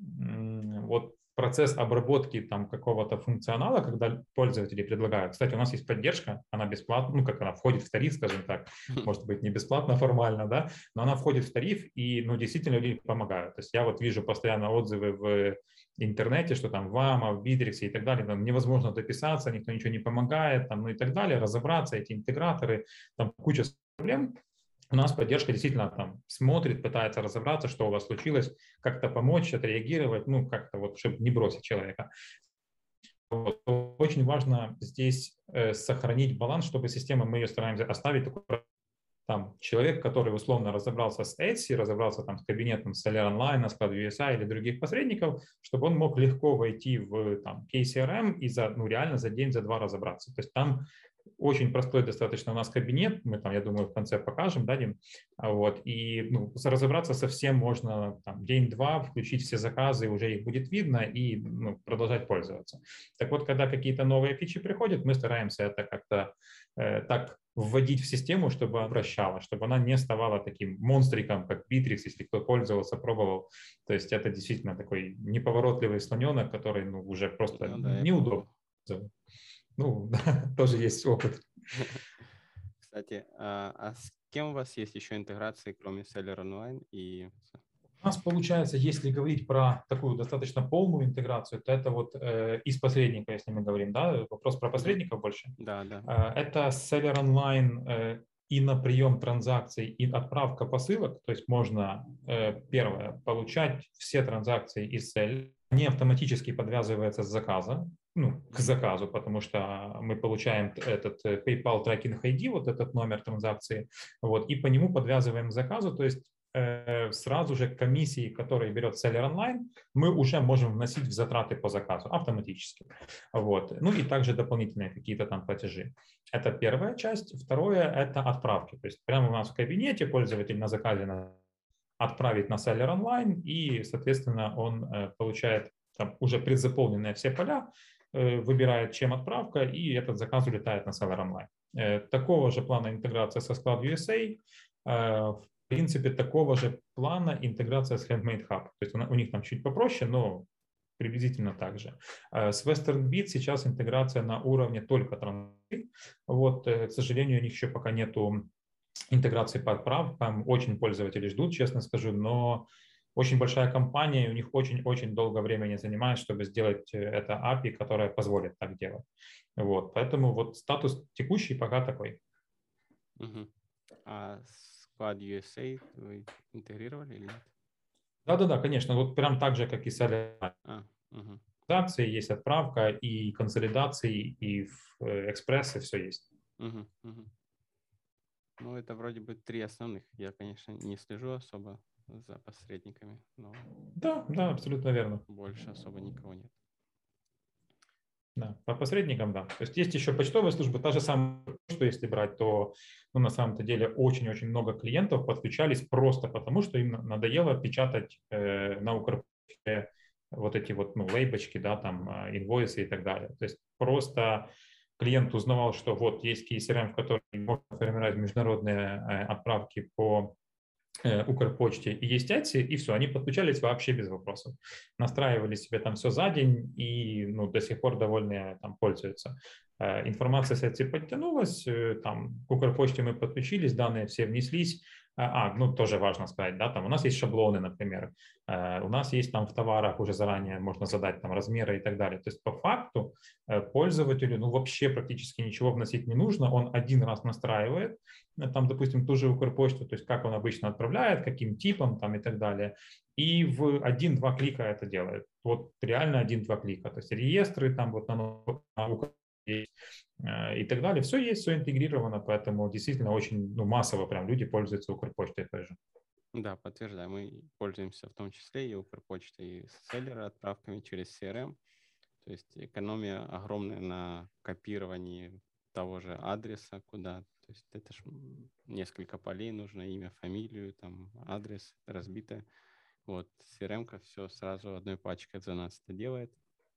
вот процесс обработки там какого-то функционала, когда пользователи предлагают, кстати, у нас есть поддержка, она бесплатна, ну, как она входит в тариф, скажем так, может быть, не бесплатно формально, да, но она входит в тариф и, ну, действительно люди помогают. То есть я вот вижу постоянно отзывы в интернете, что там в АМА, в Битриксе и так далее, там невозможно дописаться, никто ничего не помогает, там, ну и так далее, разобраться, эти интеграторы, там куча проблем. У нас поддержка действительно там смотрит, пытается разобраться, что у вас случилось, как-то помочь, отреагировать, ну как-то вот, чтобы не бросить человека. Вот. Очень важно здесь сохранить баланс, чтобы система, мы ее стараемся оставить такой там человек, который условно разобрался с Etsy, разобрался там с кабинетом Seller Online, склад USI или других посредников, чтобы он мог легко войти в там KCRM и за, ну, реально за день, за два разобраться. То есть там очень простой достаточно у нас кабинет, мы там, я думаю, в конце покажем, да, Дим? Вот, и ну, разобраться совсем можно там, день-два, включить все заказы, уже их будет видно и ну, продолжать пользоваться. Так вот, когда какие-то новые фичи приходят, мы стараемся это как-то так вводить в систему, чтобы обращала, чтобы она не ставала таким монстриком, как Bittrex, если кто пользовался, пробовал. То есть это действительно такой неповоротливый слоненок, который ну, уже просто Ну да, я неудобно. пробовал. Ну, тоже есть опыт. Кстати, а с кем у вас есть еще интеграции, кроме Seller Online и... У нас получается, если говорить про такую достаточно полную интеграцию, то это вот из посредника, если мы говорим, да, вопрос про Мгм. посредников больше. Да, да. Это Seller Online и на прием транзакций, и отправка посылок. То есть можно, первое, получать все транзакции из Seller. Они автоматически подвязываются с заказа, ну, к заказу, потому что мы получаем этот PayPal Tracking ID, вот этот номер транзакции, вот, и по нему подвязываем к заказу. То есть сразу же комиссии, которые берет Seller Online, мы уже можем вносить в затраты по заказу автоматически. Вот. Ну и также дополнительные какие-то там платежи. Это первая часть. Второе – это отправки. То есть прямо у нас в кабинете пользователь на заказе отправить на Seller Online, и, соответственно, он получает там уже предзаполненные все поля, выбирает, чем отправка, и этот заказ улетает на Seller Online. Такого же плана интеграция со Sклad USA. В принципе, такого же плана интеграция с Handmade Hub. То есть у них там чуть попроще, но приблизительно так же. С Western Bit сейчас интеграция на уровне только транзакций. Вот, к сожалению, у них еще пока нету интеграции по отправкам. Очень пользователи ждут, честно скажу, но очень большая компания, и у них очень-очень долго времени занимает, чтобы сделать это API, которое позволит так делать. Вот, поэтому вот статус текущий пока такой. Угу. А Squad USA вы интегрировали или нет? Да-да-да, конечно, вот прям так же, как и с Угу. транзакции, есть отправка и консолидации, и в экспрессе все есть. Угу. Угу. Ну, это вроде бы 3 основных. Я, конечно, не слежу особо за посредниками, но Да, да, абсолютно верно. больше особо никого нет. Да, по посредникам, да. То есть есть еще почтовая служба, та же самая, что если брать, то ну, на самом-то деле очень-очень много клиентов подключались просто потому, что им надоело печатать на Укрпочте вот эти вот ну, лейбочки, да, там, инвойсы и так далее. То есть просто клиент узнавал, что вот есть KCRM, в котором можно формировать международные отправки по Укрпочте и Естяти, и все, они подключались вообще без вопросов. Настраивали себе там все за день и ну, до сих пор довольны там пользуются. Информация с этим подтянулась, там к Укрпочте мы подключились, данные все внеслись. Ну тоже важно сказать, да, там у нас есть шаблоны, например, у нас есть там в товарах уже заранее можно задать там размеры и так далее. То есть по факту пользователю ну вообще практически ничего вносить не нужно, он один раз настраивает, там, допустим, ту же Укрпочту, то есть как он обычно отправляет, каким типом там и так далее, и в один-два клика это делает. Вот реально один-два клика. То есть реестры там вот на Укрпочте и так далее. Все есть, все интегрировано, поэтому действительно очень ну, массово прям люди пользуются Укрпочтой тоже. Да, подтверждаю. Мы пользуемся в том числе и Укрпочтой, и селлера отправками через CRM. То есть экономия огромная на копировании того же адреса, куда. То есть это ж несколько полей нужно, имя, фамилию, там адрес разбито. Вот CRM-ка все сразу одной пачкой за нас это делает.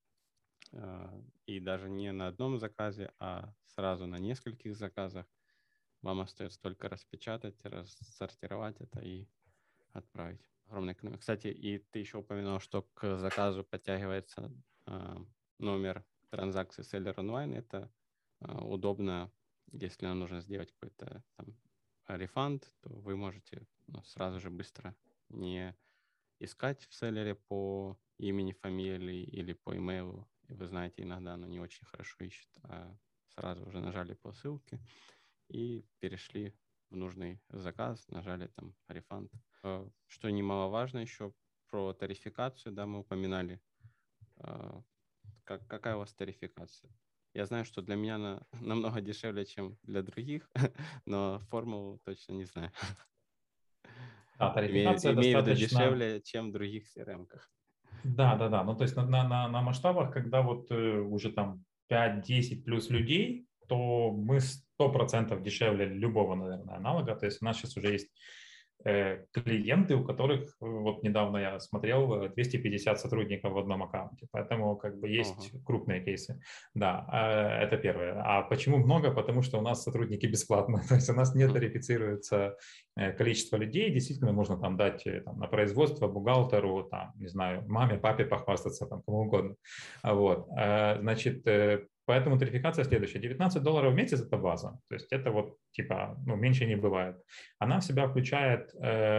И даже не на одном заказе, а сразу на нескольких заказах. Вам остается только распечатать, рассортировать это и отправить. Огромная экономия. Кстати, и ты еще упомянул, что к заказу подтягивается номер транзакции Seller Online. Это удобно, если нам нужно сделать какой-то там рефанд, то вы можете сразу же быстро не искать в селлере по имени, фамилии или по имейлу. И вы знаете, иногда оно не очень хорошо ищет, а сразу уже нажали по ссылке и перешли в нужный заказ, нажали там рефанд. Что немаловажно еще про тарификацию, да, мы упоминали. Какая у вас тарификация? Я знаю, что для меня она намного дешевле, чем для других, но формулу точно не знаю. Да, тарификация Имею в виду достаточно... дешевле, чем в других CRM-ках. Да. Ну, то есть на масштабах, когда вот уже там 5-10 плюс людей, то мы 100% дешевле любого, наверное, аналога. То есть у нас сейчас уже есть клиенты, у которых, вот недавно я смотрел, 250 сотрудников в одном аккаунте, поэтому как бы есть Ого. крупные кейсы. Да, это первое. А почему много? Потому что у нас сотрудники бесплатно, то есть у нас не Мгм. тарифицируется количество людей, действительно можно там дать там, на производство бухгалтеру, там, не знаю, маме, папе похвастаться, там, кому угодно. Вот. Значит, поэтому тарификация следующая. $19 в месяц – это база. То есть это вот типа, ну, меньше не бывает. Она в себя включает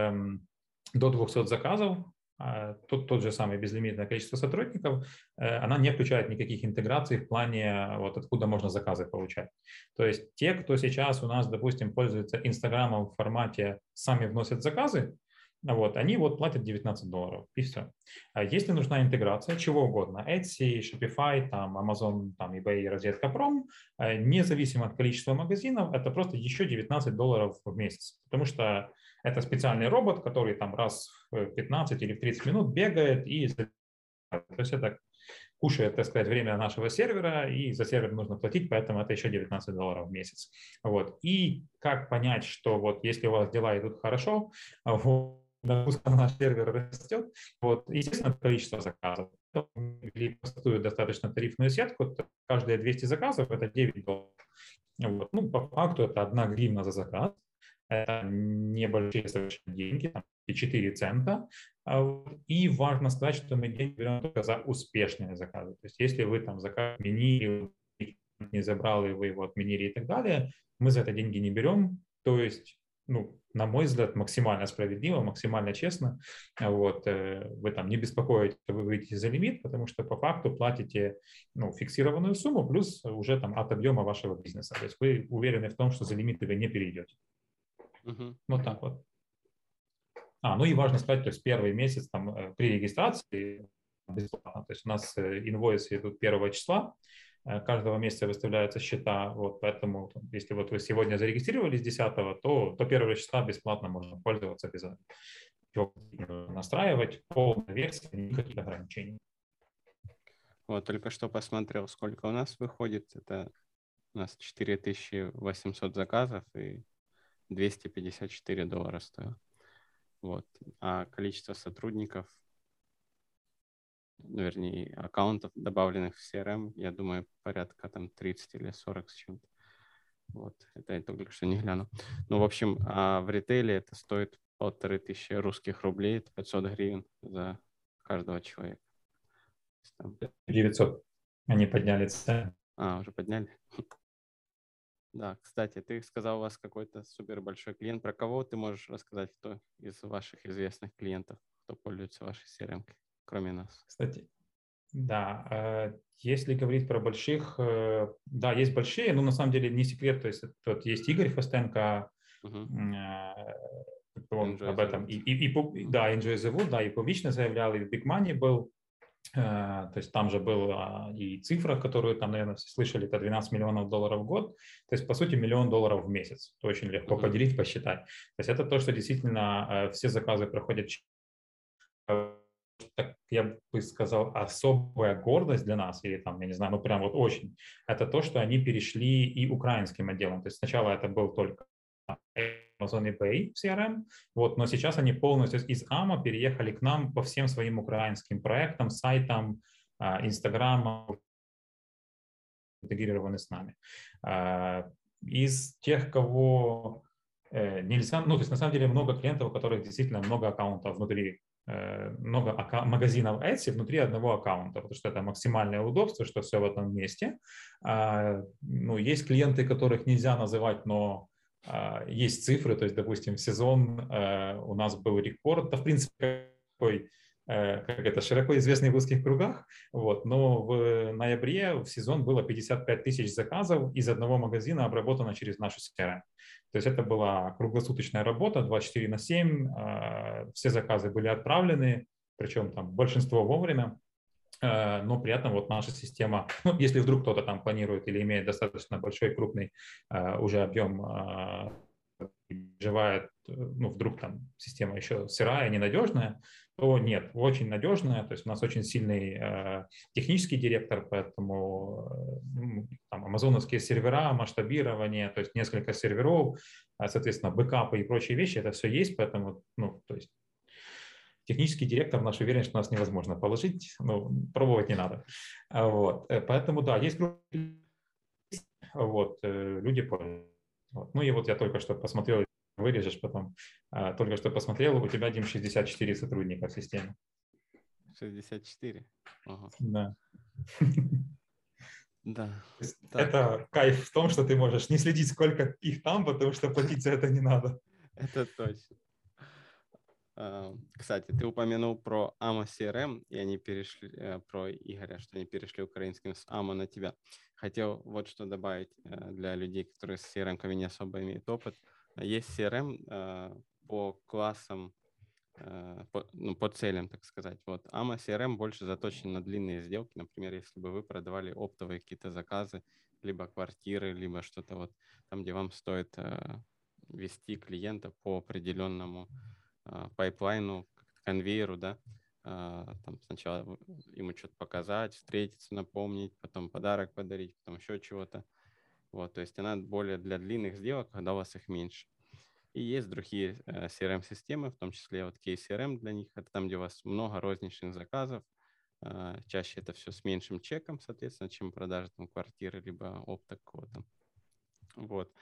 до 200 заказов, тот же самый безлимитное количество сотрудников, она не включает никаких интеграций в плане, вот откуда можно заказы получать. То есть те, кто сейчас у нас, допустим, пользуется Инстаграмом в формате «сами вносят заказы», вот, они вот платят $19, и все. Если нужна интеграция, чего угодно, Etsy, Shopify, там, Amazon, там, eBay, Розетка.пром, независимо от количества магазинов, это просто еще $19 в месяц, потому что это специальный робот, который там раз в 15 или в 30 минут бегает и то есть это кушает, так сказать, время нашего сервера, и за сервер нужно платить, поэтому это еще $19 в месяц. Вот. И как понять, что вот если у вас дела идут хорошо, вот, нагрузка на наш сервер растет, вот, естественно, количество заказов. Или простую достаточно тарифную сетку, то каждые 200 заказов – это $9. Вот. Ну, по факту это 1 гривна за заказ. Это небольшие совершенно деньги, там, 4 цента. И важно сказать, что мы деньги берем только за успешные заказы. То есть если вы там заказ отменили, не забрал, и вы его отменили и так далее, мы за это деньги не берем. То есть, ну, на мой взгляд, максимально справедливо, максимально честно. Вот, вы там не беспокоитесь, что вы выйдете за лимит, потому что по факту платите, ну, фиксированную сумму плюс уже там от объема вашего бизнеса. То есть вы уверены в том, что за лимиты вы не перейдете. Мгм. Вот так вот. Ну и важно сказать, то есть первый месяц там при регистрации бесплатно. То есть у нас инвойсы идут 1 числа, каждого месяца выставляются счета, вот поэтому если вот вы сегодня зарегистрировались 10, то до 1 числа бесплатно можно пользоваться без настраивать, полная версия, никаких ограничений. Вот только что посмотрел, сколько у нас выходит. Это у нас 4800 заказов и $254 стоит. Вот. А количество сотрудников, ну, вернее, аккаунтов, добавленных в CRM, я думаю, порядка там 30 или 40 с чем-то. Вот. Это я только что не гляну. Ну, в общем, а в ритейле это стоит 1500 русских рублей, это 500 гривен за каждого человека. Там... 900. Они подняли цены. Уже подняли? Да, кстати, ты сказал, у вас какой-то супер большой клиент. Про кого ты можешь рассказать, кто из ваших известных клиентов, кто пользуется вашей CRM, кроме нас? Кстати, да, если говорить про больших, да, есть большие, но на самом деле не секрет, то есть вот есть Игорь Костенко, он Enjoy об the этом, Wood. да, Enjoy the Wood, да, и публично заявлял, и в Big Money был, то есть там же была и цифра, которую там, наверное, все слышали, это $12 миллионов в год, то есть, по сути, $1 миллион в месяц, это очень легко поделить, посчитать. То есть это то, что действительно все заказы проходят, так я бы сказал, особая гордость для нас, или там, я не знаю, ну прям вот очень, это то, что они перешли и украинским отделом. То есть сначала это был только Amazon eBay CRM, вот, но сейчас они полностью из АМА переехали к нам по всем своим украинским проектам, сайтам, Инстаграмам, интегрированы с нами. Из тех, кого нельзя, ну, то есть на самом деле много клиентов, у которых действительно много аккаунтов внутри, много магазинов Etsy внутри одного аккаунта, потому что это максимальное удобство, что все в одном месте. Ну, есть клиенты, которых нельзя называть, но есть цифры, то есть, допустим, в сезон у нас был рекорд, да, в принципе, такой, как это, широко известный в узких кругах, вот, но в ноябре в сезон было 55 тысяч заказов из одного магазина обработано через нашу CRM. То есть это была круглосуточная работа, 24/7, все заказы были отправлены, причем там большинство вовремя, но при этом вот наша система, ну, если вдруг кто-то там планирует или имеет достаточно большой, крупный уже объем, переживает, ну, вдруг там система еще сырая, ненадежная, то нет, очень надежная, то есть у нас очень сильный технический директор, поэтому там амазоновские сервера, масштабирование, то есть несколько серверов, соответственно, бэкапы и прочие вещи, это все есть, поэтому, ну, то есть технический директор, наш уверен, что нас невозможно положить, ну, пробовать не надо. Вот. Поэтому, да, есть вот, люди пользуются. Вот. Ну и вот я только что посмотрел, вырежешь потом, только что посмотрел, у тебя, Дим, 64 сотрудника в системе. 64? Ага. Да. Да. Это кайф в том, что ты можешь не следить, сколько их там, потому что платить за это не надо. Это точно. Кстати, ты упомянул про AMA CRM, и они перешли, про Игоря, что они перешли украинским с AMA на тебя. Хотел вот что добавить для людей, которые с CRM-ками не особо имеют опыт. Есть CRM по классам, по целям, так сказать. Вот AMA CRM больше заточен на длинные сделки. Например, если бы вы продавали оптовые какие-то заказы, либо квартиры, либо что-то вот там, где вам стоит вести клиента по определенному пайплайну, конвейеру, да, там сначала ему что-то показать, встретиться, напомнить, потом подарок подарить, потом еще чего-то. Вот, то есть она более для длинных сделок, когда у вас их меньше. И есть другие CRM-системы, в том числе вот KCRM для них. Это там, где у вас много розничных заказов. Чаще это все с меньшим чеком, соответственно, чем продажа там, квартиры, либо опта какого-то. Вот.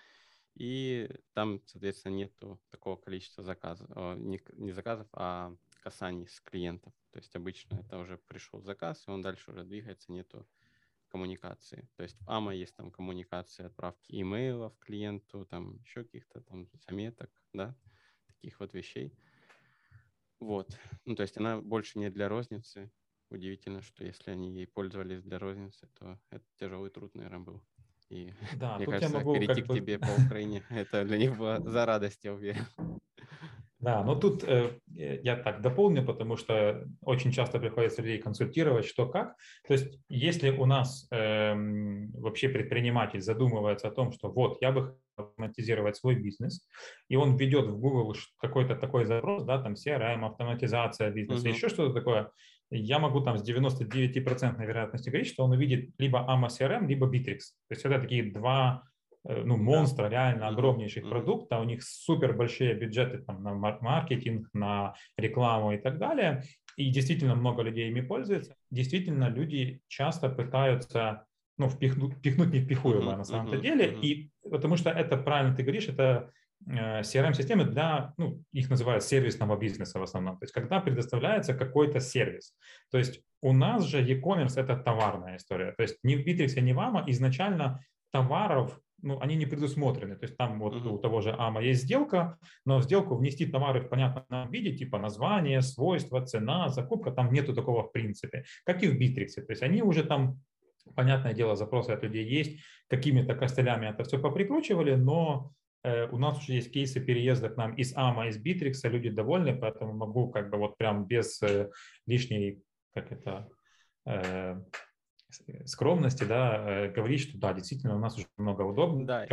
И там, соответственно, нету такого количества заказов, не заказов, а касаний с клиентов. То есть обычно это уже пришел заказ, и он дальше уже двигается, нету коммуникации. То есть в AMA есть там коммуникация, отправки имейлов клиенту, там еще каких-то там заметок, да, таких вот вещей. Вот. Ну, то есть она больше не для розницы. Удивительно, что если они ей пользовались для розницы, то это тяжелый труд, наверное, был. И Да, мне тут я кажется, могу перейти как к бы... тебе по Украине, это для них было за радость, я уверен. Да, но тут я так дополню, потому что очень часто приходится людей консультировать, что как. То есть если у нас вообще предприниматель задумывается о том, что вот я бы хотел автоматизировать свой бизнес, и он введет в Google какой-то такой запрос, да, там CRM, автоматизация бизнеса, еще что-то такое, я могу там с 99% вероятностью говорить, что он увидит либо AMA CRM, либо Bittrex. То есть это такие два ну, Да. монстра реально Мгм, огромнейших мгм. продукта, у них супер большие бюджеты там, на маркетинг, на рекламу и так далее, и действительно много людей ими пользуются. Действительно, люди часто пытаются ну, впихнуть невпихуемое Мгм, на самом-то мгм, деле, мгм. и потому что это, правильно ты говоришь, это CRM-системы для, ну, их называют сервисного бизнеса в основном, то есть когда предоставляется какой-то сервис. То есть у нас же e-commerce – это товарная история, то есть ни в Bittrex, ни в AMA изначально товаров, ну, они не предусмотрены. То есть там вот у того же AMA есть сделка, но в сделку внести товары в понятном виде, типа название, свойства, цена, закупка, там нету такого в принципе, как и в Bittrex. То есть они уже там, понятное дело, запросы от людей есть, какими-то костылями это все поприкручивали, но у нас уже есть кейсы переезда к нам из AMA, из Bittrex, люди довольны, поэтому могу как бы вот прям без лишней, как это, скромности, да, говорить, что да, действительно у нас уже много удобно. Да,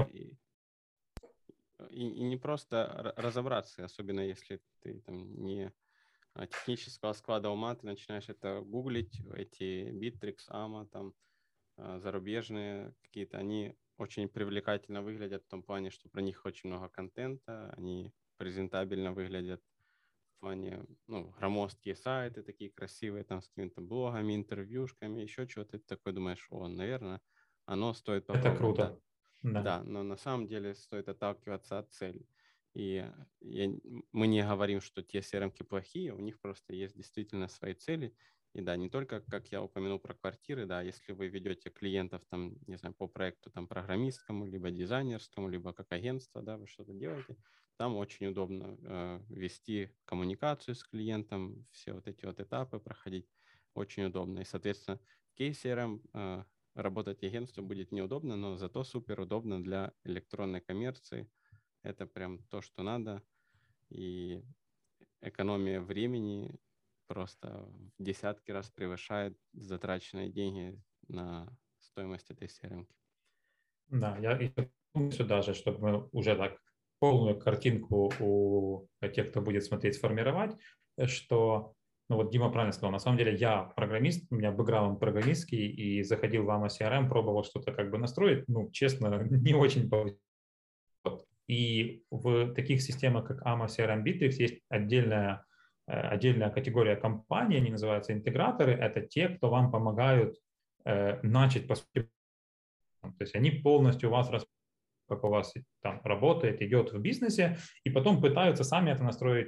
и не просто разобраться, особенно если ты там не технического склада ума, ты начинаешь это гуглить, эти Bittrex, AMA, там зарубежные какие-то, они очень привлекательно выглядят в том плане, что про них очень много контента, они презентабельно выглядят в плане, ну, громоздкие сайты такие красивые, там с какими-то блогами, интервьюшками, еще чего-то. Ты такой думаешь, о, наверное, оно стоит Это попробовать, да. круто. Да. Да, но на самом деле стоит отталкиваться от цели. И мы не говорим, что те CRM-ки плохие, у них просто есть действительно свои цели. И да, не только, как я упомянул про квартиры, да, если вы ведете клиентов там, не знаю, по проекту там программистскому, либо дизайнерскому, либо как агентство, да, вы что-то делаете, там очень удобно вести коммуникацию с клиентом, все вот эти вот этапы проходить очень удобно. И, соответственно, в KCRM работать агентству будет неудобно, но зато супер удобно для электронной коммерции. Это прям то, что надо. И экономия времени просто в десятки раз превышает затраченные деньги на стоимость этой CRM. Да, я и сюда же, чтобы мы уже так полную картинку у тех, кто будет смотреть, сформировать, что ну вот Дима правильно сказал, на самом деле я программист, у меня бэкграунд программистский, и заходил в AMA CRM, пробовал что-то как бы настроить, ну, честно, не очень получилось. И в таких системах, как AMA CRM Bittrex, есть отдельная категория компаний, они называются интеграторы, это те, кто вам помогают начать, по сути, то есть они полностью вас как у вас там работает, идет в бизнесе, и потом пытаются сами это настроить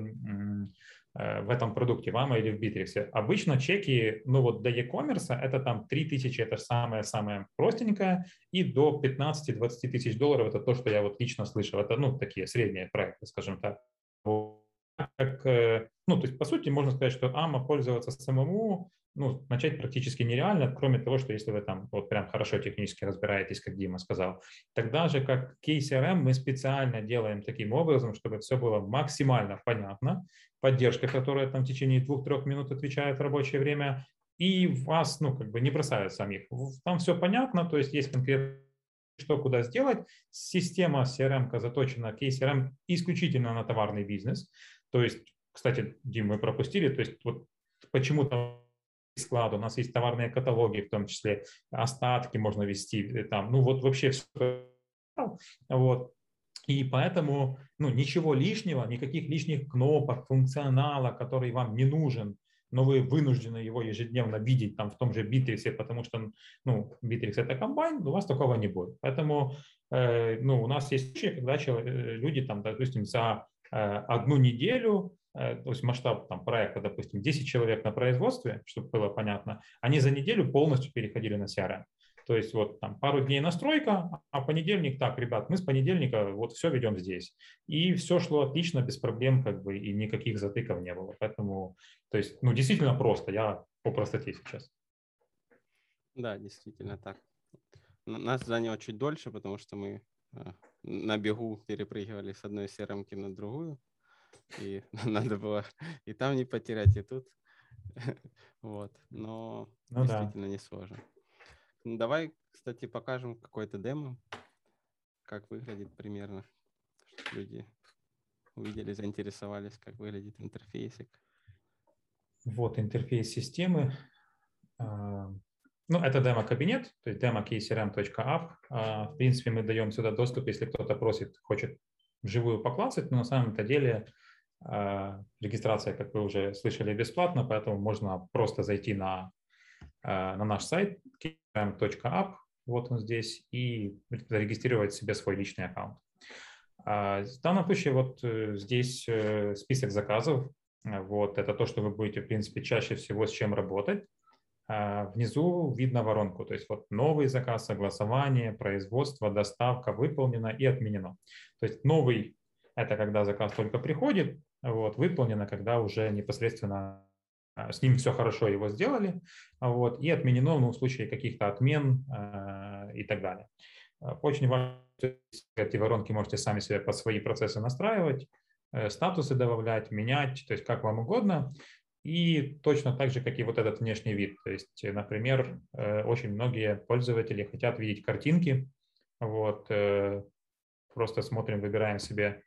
в этом продукте, в AMA или в Bittrex. Обычно чеки, ну вот до e-commerce это там 3000, это самое-самое простенькое, и до 15-20 тысяч долларов это то, что я вот лично слышал. Это, ну, такие средние проекты, скажем так. Ну, то есть, по сути, можно сказать, что AMA пользоваться самому, ну, начать практически нереально, кроме того, что если вы там вот прям хорошо технически разбираетесь, как Дима сказал. Тогда же, как KCRM, мы специально делаем таким образом, чтобы все было максимально понятно, поддержка, которая там в течение 2-3 минут отвечает в рабочее время, и вас, ну, как бы не бросают самих. Там все понятно, то есть есть конкретно что куда сделать. Система CRM заточена, KCRM исключительно на товарный бизнес. То есть, кстати, Дим, мы пропустили, то есть вот почему-то склад, у нас есть товарные каталоги, в том числе остатки можно вести, там, ну вот вообще все. Вот. И поэтому ну, ничего лишнего, никаких лишних кнопок, функционала, который вам не нужен, но вы вынуждены его ежедневно видеть там в том же Bittrex, потому что ну, Bittrex это комбайн, у вас такого не будет. Поэтому ну, у нас есть случаи, когда люди там, допустим, за одну неделю, то есть масштаб там, проекта, допустим, 10 человек на производстве, чтобы было понятно, они за неделю полностью переходили на CRM. То есть вот там пару дней настройка, а понедельник, так, ребят, мы с понедельника вот все ведем здесь. И все шло отлично, без проблем, как бы, и никаких затыков не было. Поэтому, то есть, ну, действительно просто, я по простоте сейчас. Да, действительно так. Нас заняло чуть дольше, потому что мы на бегу перепрыгивали с одной CRM-ки на другую. И надо было и там не потерять, и тут. Вот. Но Ну да. действительно не сложно. Ну, давай, кстати, покажем какой-то демо, как выглядит примерно, чтобы люди увидели, заинтересовались, как выглядит интерфейсик. Вот интерфейс системы. Ну, это демо-кабинет, то есть demo.kcrm.app. В принципе, мы даем сюда доступ, если кто-то просит, хочет вживую поклацать, но на самом-то деле регистрация, как вы уже слышали, бесплатна, поэтому можно просто зайти на наш сайт kcrm.app, вот он здесь, и зарегистрировать себе свой личный аккаунт. В данном случае вот здесь список заказов. Вот, это то, что вы будете, в принципе, чаще всего с чем работать. Внизу видно воронку, то есть вот новый заказ, согласование, производство, доставка выполнено и отменено. То есть новый – это когда заказ только приходит, вот, выполнено, когда уже непосредственно с ним все хорошо, его сделали, вот, и отменено ну, в случае каких-то отмен и так далее. Очень важно, эти воронки можете сами себе под свои процессы настраивать, статусы добавлять, менять, то есть как вам угодно. И точно так же, как и вот этот внешний вид. То есть, например, очень многие пользователи хотят видеть картинки. Вот, просто смотрим, выбираем себе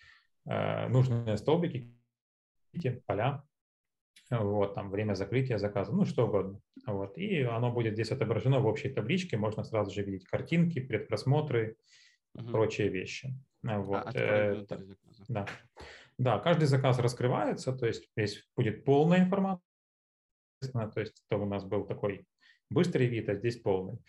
нужные столбики, поля, вот, там время закрытия заказа, ну, что угодно. Вот, и оно будет здесь отображено в общей табличке, можно сразу же видеть картинки, предпросмотры, прочие вещи. Вот, Открой внутрь заказа. да. Да, каждый заказ раскрывается, то есть здесь будет полная информация, то есть то у нас был такой быстрый вид, а здесь полный.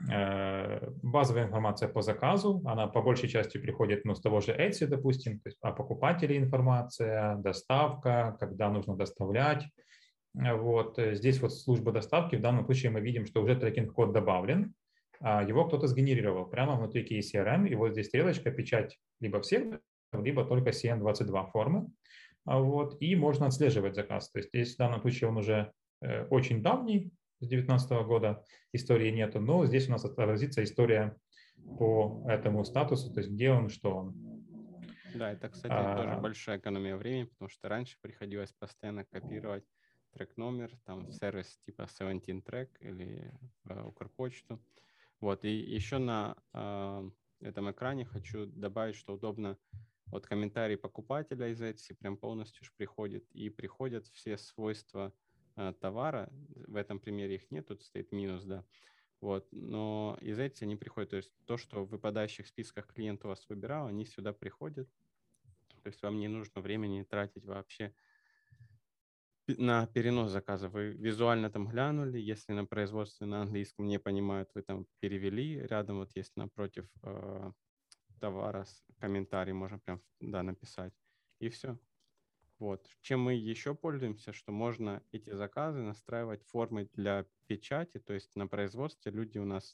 Базовая информация по заказу, она по большей части приходит ну, с того же Etsy, допустим, то есть о покупателе информация, доставка, когда нужно доставлять. Вот. Здесь вот служба доставки, в данном случае мы видим, что уже трекинг-код добавлен, его кто-то сгенерировал прямо внутри KCRM, и вот здесь стрелочка, печать либо всех, либо только CN22 формы. Вот. И можно отслеживать заказ. То есть здесь в данном случае он уже очень давний, с 2019 года, истории нету, но здесь у нас отобразится история по этому статусу, то есть где он, что он. Да, это, кстати, тоже большая экономия времени, потому что раньше приходилось постоянно копировать трек-номер, там, в сервис типа 17track или Укрпочту. Вот, и еще на этом экране хочу добавить, что удобно Вот комментарий покупателя из Etsy прям полностью ж приходит, и приходят все свойства товара. В этом примере их нет, тут стоит минус, да. Вот, но из Etsy они приходят, то есть то, что в выпадающих списках клиент у вас выбирал, они сюда приходят. То есть вам не нужно времени тратить вообще на перенос заказа. Вы визуально там глянули, если на производстве на английском не понимают, вы там перевели, рядом вот есть напротив товара комментарий, можно прям написать, и все. Вот. Чем мы еще пользуемся, что можно эти заказы настраивать формой для печати, то есть на производстве люди у нас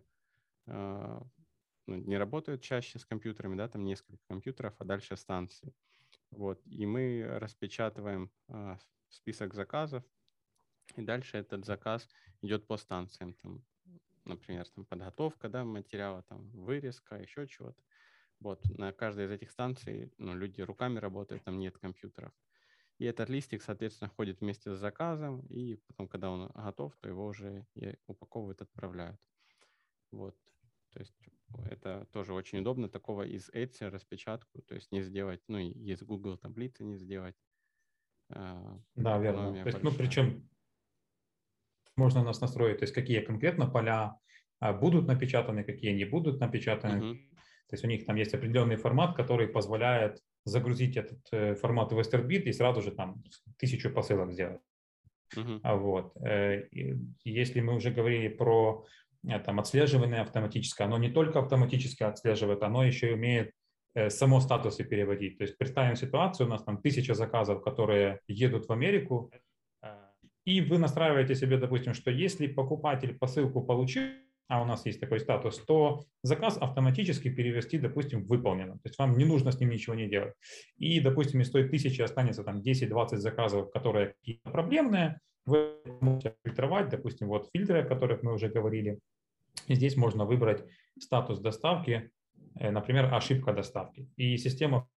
не работают чаще с компьютерами, да, там несколько компьютеров, а дальше станции. Вот. И мы распечатываем список заказов, и дальше этот заказ идет по станциям, там, например, там подготовка, да, материала, там вырезка, еще чего-то. Вот, на каждой из этих станций люди руками работают, там нет компьютеров. И этот листик, соответственно, ходит вместе с заказом, и потом, когда он готов, то его уже упаковывают, отправляют. Вот, то есть это тоже очень удобно, такого из Etsy распечатку, то есть не сделать, из Google таблицы не сделать. Да, верно. То есть, причем можно нас настроить, то есть какие конкретно поля будут напечатаны, какие не будут напечатаны. То есть у них там есть определенный формат, который позволяет загрузить этот формат в WesternBit и сразу же там 1000 посылок сделать. Вот. Если мы уже говорили про там, отслеживание автоматическое, оно не только автоматически отслеживает, оно еще и умеет само статусы переводить. То есть представим ситуацию, у нас там 1000 заказов, которые едут в Америку, и вы настраиваете себе, допустим, что если покупатель посылку получил, а у нас есть такой статус, то заказ автоматически перевести, допустим, выполнено. То есть вам не нужно с ним ничего не делать. И, допустим, из той 1000 останется там 10-20 заказов, которые какие-то проблемные, вы можете фильтровать, допустим, вот фильтры, о которых мы уже говорили. И здесь можно выбрать статус доставки, например, ошибка доставки. И система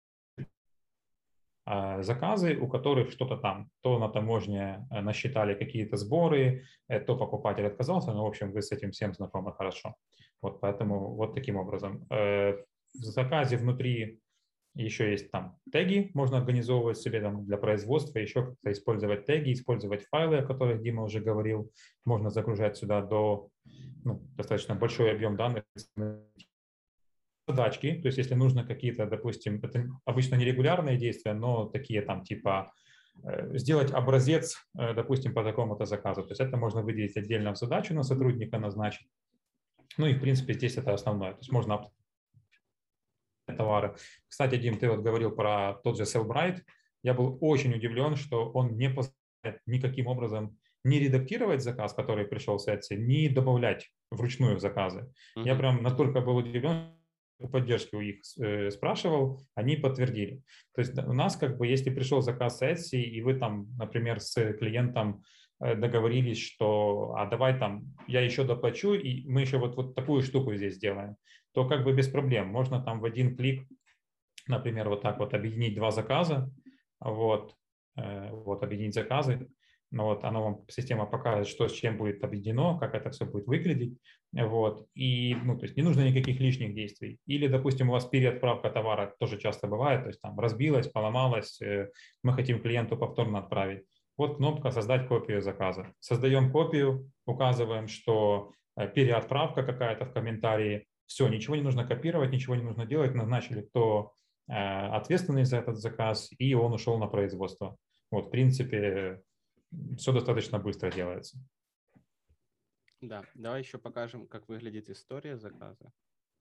заказы, у которых что-то там, то на таможне насчитали какие-то сборы, то покупатель отказался, но, в общем, вы с этим всем знакомы хорошо. Вот поэтому вот таким образом. В заказе внутри еще есть там теги, можно организовывать себе там для производства, еще как-то использовать теги, использовать файлы, о которых Дима уже говорил. Можно загружать сюда достаточно большой объем данных, задачки, то есть если нужно какие-то, допустим, это обычно нерегулярные действия, но такие там типа сделать образец, допустим, по такому-то заказу. То есть это можно выделить отдельно в задачу на сотрудника, назначить. Ну и в принципе здесь это основное. То есть можно товары. Кстати, Дим, ты вот говорил про тот же Sellbrite. Я был очень удивлен, что он не позволяет никаким образом не редактировать заказ, который пришел с Etsy, не добавлять вручную заказы. Я прям настолько был удивлен, поддержки у них спрашивал, они подтвердили. То есть у нас как бы, если пришел заказ с Etsy, и вы там, например, с клиентом договорились, что давай там я еще доплачу, и мы еще вот такую штуку здесь сделаем, то как бы без проблем. Можно там в один клик, например, вот так вот объединить два заказа, вот объединить заказы, вот, оно вам, система покажет, что с чем будет объединено, как это все будет выглядеть, вот, и, то есть не нужно никаких лишних действий. Или, допустим, у вас переотправка товара тоже часто бывает, то есть там разбилась, поломалась, мы хотим клиенту повторно отправить. Вот кнопка «Создать копию заказа». Создаем копию, указываем, что переотправка какая-то в комментарии, все, ничего не нужно копировать, ничего не нужно делать, назначили, кто ответственный за этот заказ, и он ушел на производство. Вот, в принципе, все достаточно быстро делается. Да, давай еще покажем, как выглядит история заказа.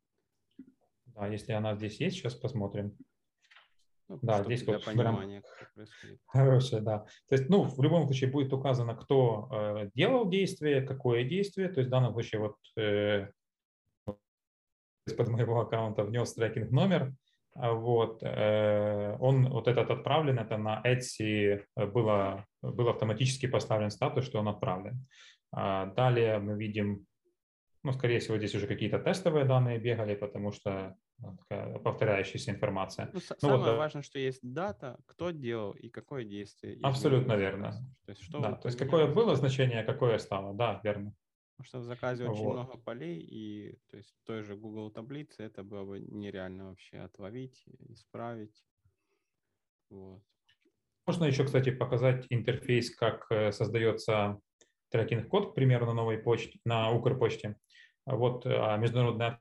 Да, если она здесь есть, сейчас посмотрим. Да, здесь для понимания, как происходит. Хорошая, да. То есть, в любом случае будет указано, кто делал действие, какое действие. То есть в данном случае вот из-под моего аккаунта внес трекинг номер. Вот, он вот этот отправлен, это на Etsy был автоматически поставлен статус, что он отправлен. Далее мы видим, скорее всего, здесь уже какие-то тестовые данные бегали, потому что такая повторяющаяся информация. Самое важное, что есть дата, кто делал и какое действие. Абсолютно верно. То есть, что да, то есть какое было значение, какое стало, да, верно. Потому что в заказе очень Вот. много полей, и то есть в той же Google таблице это было бы нереально вообще отловить, исправить. Вот. Можно еще, кстати, показать интерфейс, как создается трекинг-код, к примеру, на новой почте, на Укрпочте. Вот международная,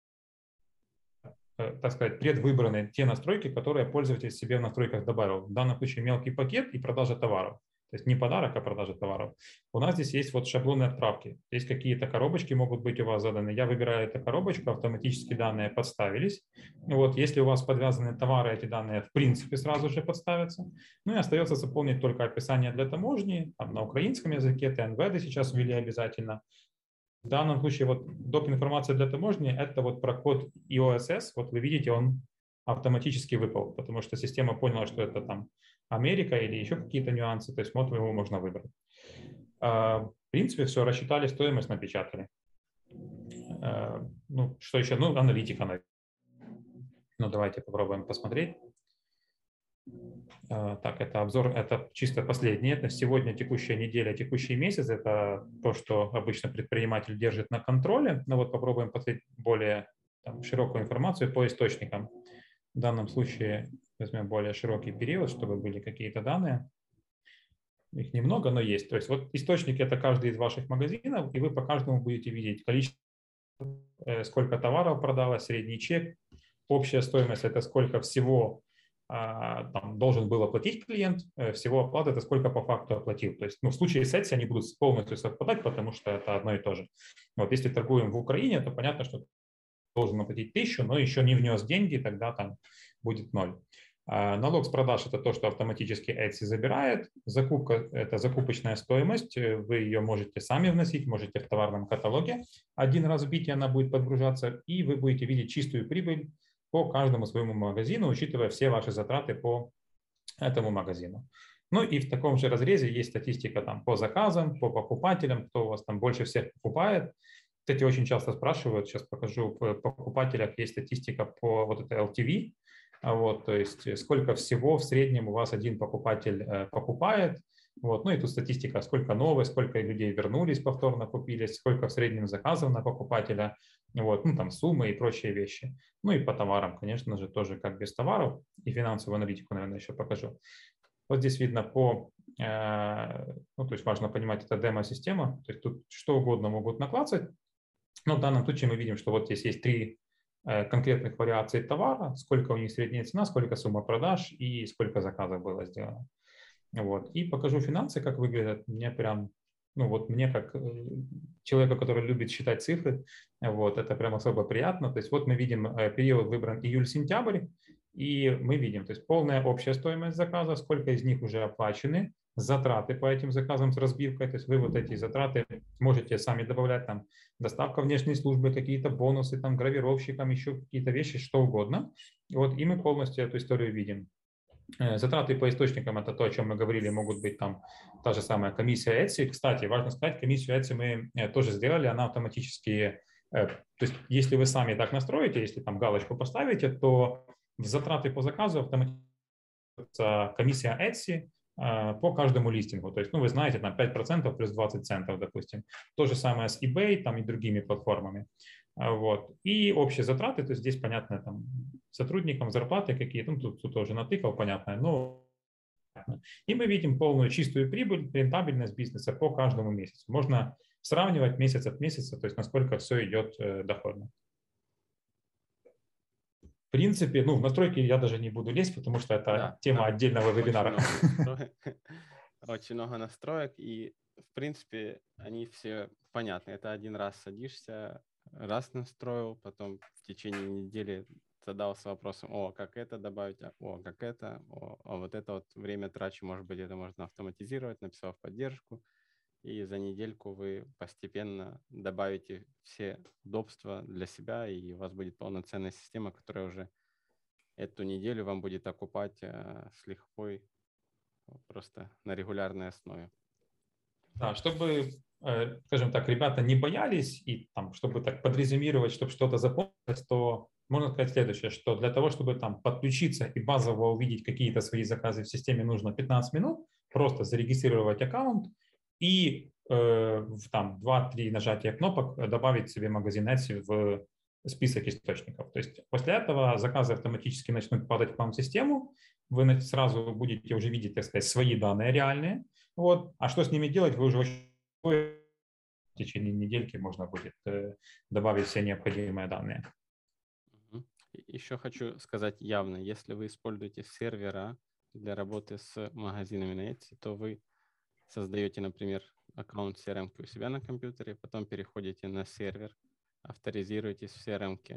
так сказать, предвыбраны те настройки, которые пользователь себе в настройках добавил. В данном случае мелкий пакет и продажа товаров. То есть не подарок, а продажа товаров. У нас здесь есть вот шаблоны отправки. Здесь какие-то коробочки могут быть у вас заданы. Я выбираю эту коробочку, автоматически данные подставились. Вот, если у вас подвязаны товары, эти данные в принципе сразу же подставятся. Ну и остается заполнить только описание для таможни. Там, на украинском языке ТНВД сейчас ввели обязательно. В данном случае вот доп. Информация для таможни – это вот про код EOSS. Вот вы видите, он автоматически выпал, потому что система поняла, что это там Америка или еще какие-то нюансы, то есть вот его можно выбрать. В принципе, все, рассчитали стоимость, напечатали. Ну, что еще? Ну, аналитика, наверное. Ну, давайте попробуем посмотреть. Так, это обзор, это чисто последний. Это сегодня текущая неделя, текущий месяц. Это то, что обычно предприниматель держит на контроле. Но вот попробуем посмотреть более там, широкую информацию по источникам. В данном случае возьмем более широкий период, чтобы были какие-то данные. Их немного, но есть. То есть вот источник – это каждый из ваших магазинов, и вы по каждому будете видеть количество, сколько товаров продалось, средний чек. Общая стоимость – это сколько всего там, должен был оплатить клиент, всего оплаты – это сколько по факту оплатил. То есть ну, в случае с Etsy они будут полностью совпадать, потому что это одно и то же. Вот если торгуем в Украине, то понятно, что должен оплатить 1000, но еще не внес деньги, тогда там будет 0. Налог с продаж – это то, что автоматически Etsy забирает. Закупка – это закупочная стоимость. Вы ее можете сами вносить, можете в товарном каталоге. Один раз вбить, и она будет подгружаться, и вы будете видеть чистую прибыль по каждому своему магазину, учитывая все ваши затраты по этому магазину. Ну и в таком же разрезе есть статистика там, по заказам, по покупателям, кто у вас там больше всех покупает. Кстати, очень часто спрашивают, сейчас покажу, по покупателях есть статистика по вот этой LTV, вот, то есть сколько всего в среднем у вас один покупатель покупает. Вот, ну и тут статистика, сколько новых, сколько людей вернулись, повторно купились, сколько в среднем заказов на покупателя, вот, ну там суммы и прочие вещи. Ну и по товарам, конечно же, тоже как без товаров, и финансовую аналитику, наверное, еще покажу. Вот здесь видно по, ну то есть важно понимать, это демо-система, то есть тут что угодно могут наклацать, но в данном случае мы видим, что вот здесь есть 3 конкретных вариаций товара, сколько у них средняя цена, сколько сумма продаж и сколько заказов было сделано. Вот. И покажу финансы, как выглядят. Мне прям, ну вот мне как человеку, который любит считать цифры, вот, это прям особо приятно. То есть вот мы видим, период выбран июль-сентябрь, и мы видим, то есть полная общая стоимость заказа, сколько из них уже оплачены, затраты по этим заказам с разбивкой, то есть вы вот эти затраты можете сами добавлять, там, доставка внешней службы, какие-то бонусы, там, гравировщикам, еще какие-то вещи, что угодно. Вот, и мы полностью эту историю видим. Затраты по источникам – это то, о чем мы говорили, могут быть там та же самая комиссия Etsy. Кстати, важно сказать, комиссию Etsy мы тоже сделали, она автоматически, то есть если вы сами так настроите, если там галочку поставите, то в затраты по заказу автоматически комиссия Etsy по каждому листингу. То есть, ну, вы знаете, там 5% плюс 20 центов, допустим. То же самое с eBay там, и другими платформами. Вот. И общие затраты, то есть здесь понятно, там, сотрудникам зарплаты какие-то, ну, тут тоже натыкал, понятно, но и мы видим полную чистую прибыль, рентабельность бизнеса по каждому месяцу. Можно сравнивать месяц от месяца, то есть насколько все идет доходно. В принципе, ну, в настройки я даже не буду лезть, потому что это тема отдельного вебинара. Очень много настроек, и, в принципе, они все понятны. Это один раз садишься, раз настроил, потом в течение недели задался вопросом, о, как это добавить, о, как это, а вот это вот время трачу, может быть, это можно автоматизировать, написал в поддержку, и за недельку вы постепенно добавите все удобства для себя, и у вас будет полноценная система, которая уже эту неделю вам будет окупать с лихвой просто на регулярной основе. Да, чтобы, скажем так, ребята не боялись и там, чтобы так подрезюмировать, чтобы что-то запомнить, то можно сказать следующее, что для того, чтобы там подключиться и базово увидеть какие-то свои заказы в системе, нужно 15 минут, просто зарегистрировать аккаунт и там 2-3 нажатия кнопок добавить себе магазин Etsy в список источников. То есть после этого заказы автоматически начнут падать к вам в систему, вы сразу будете уже видеть, так сказать, свои данные реальные. Вот. А что с ними делать, вы уже в течение недельки можно будет добавить все необходимые данные. Еще хочу сказать явно, если вы используете сервера для работы с магазинами на Etsy, то вы создаете, например, аккаунт CRM у себя на компьютере, потом переходите на сервер, авторизируетесь в CRM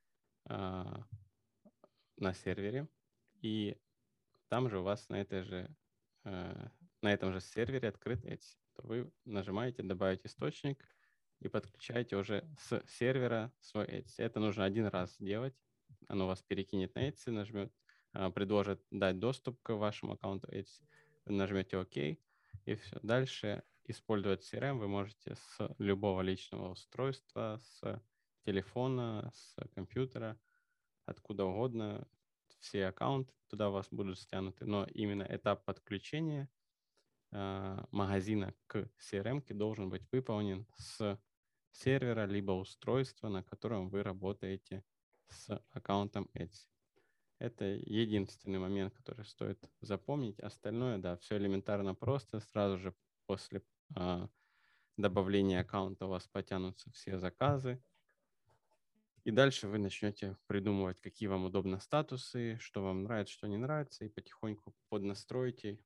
на сервере, и там же у вас на этом же сервере открыт Etsy. То вы нажимаете «Добавить источник» и подключаете уже с сервера свой Etsy. Это нужно один раз делать. Оно вас перекинет на Etsy, предложит дать доступ к вашему аккаунту Etsy. Вы нажмете «Ок», и все. Дальше использовать CRM вы можете с любого личного устройства, с телефона, с компьютера, откуда угодно. Все аккаунты туда у вас будут стянуты, но именно этап подключения магазина к CRM должен быть выполнен с сервера либо устройства, на котором вы работаете с аккаунтом Etsy. Это единственный момент, который стоит запомнить. Остальное, да, все элементарно просто. Сразу же после добавления аккаунта у вас потянутся все заказы. И дальше вы начнете придумывать, какие вам удобно статусы, что вам нравится, что не нравится, и потихоньку поднастроите,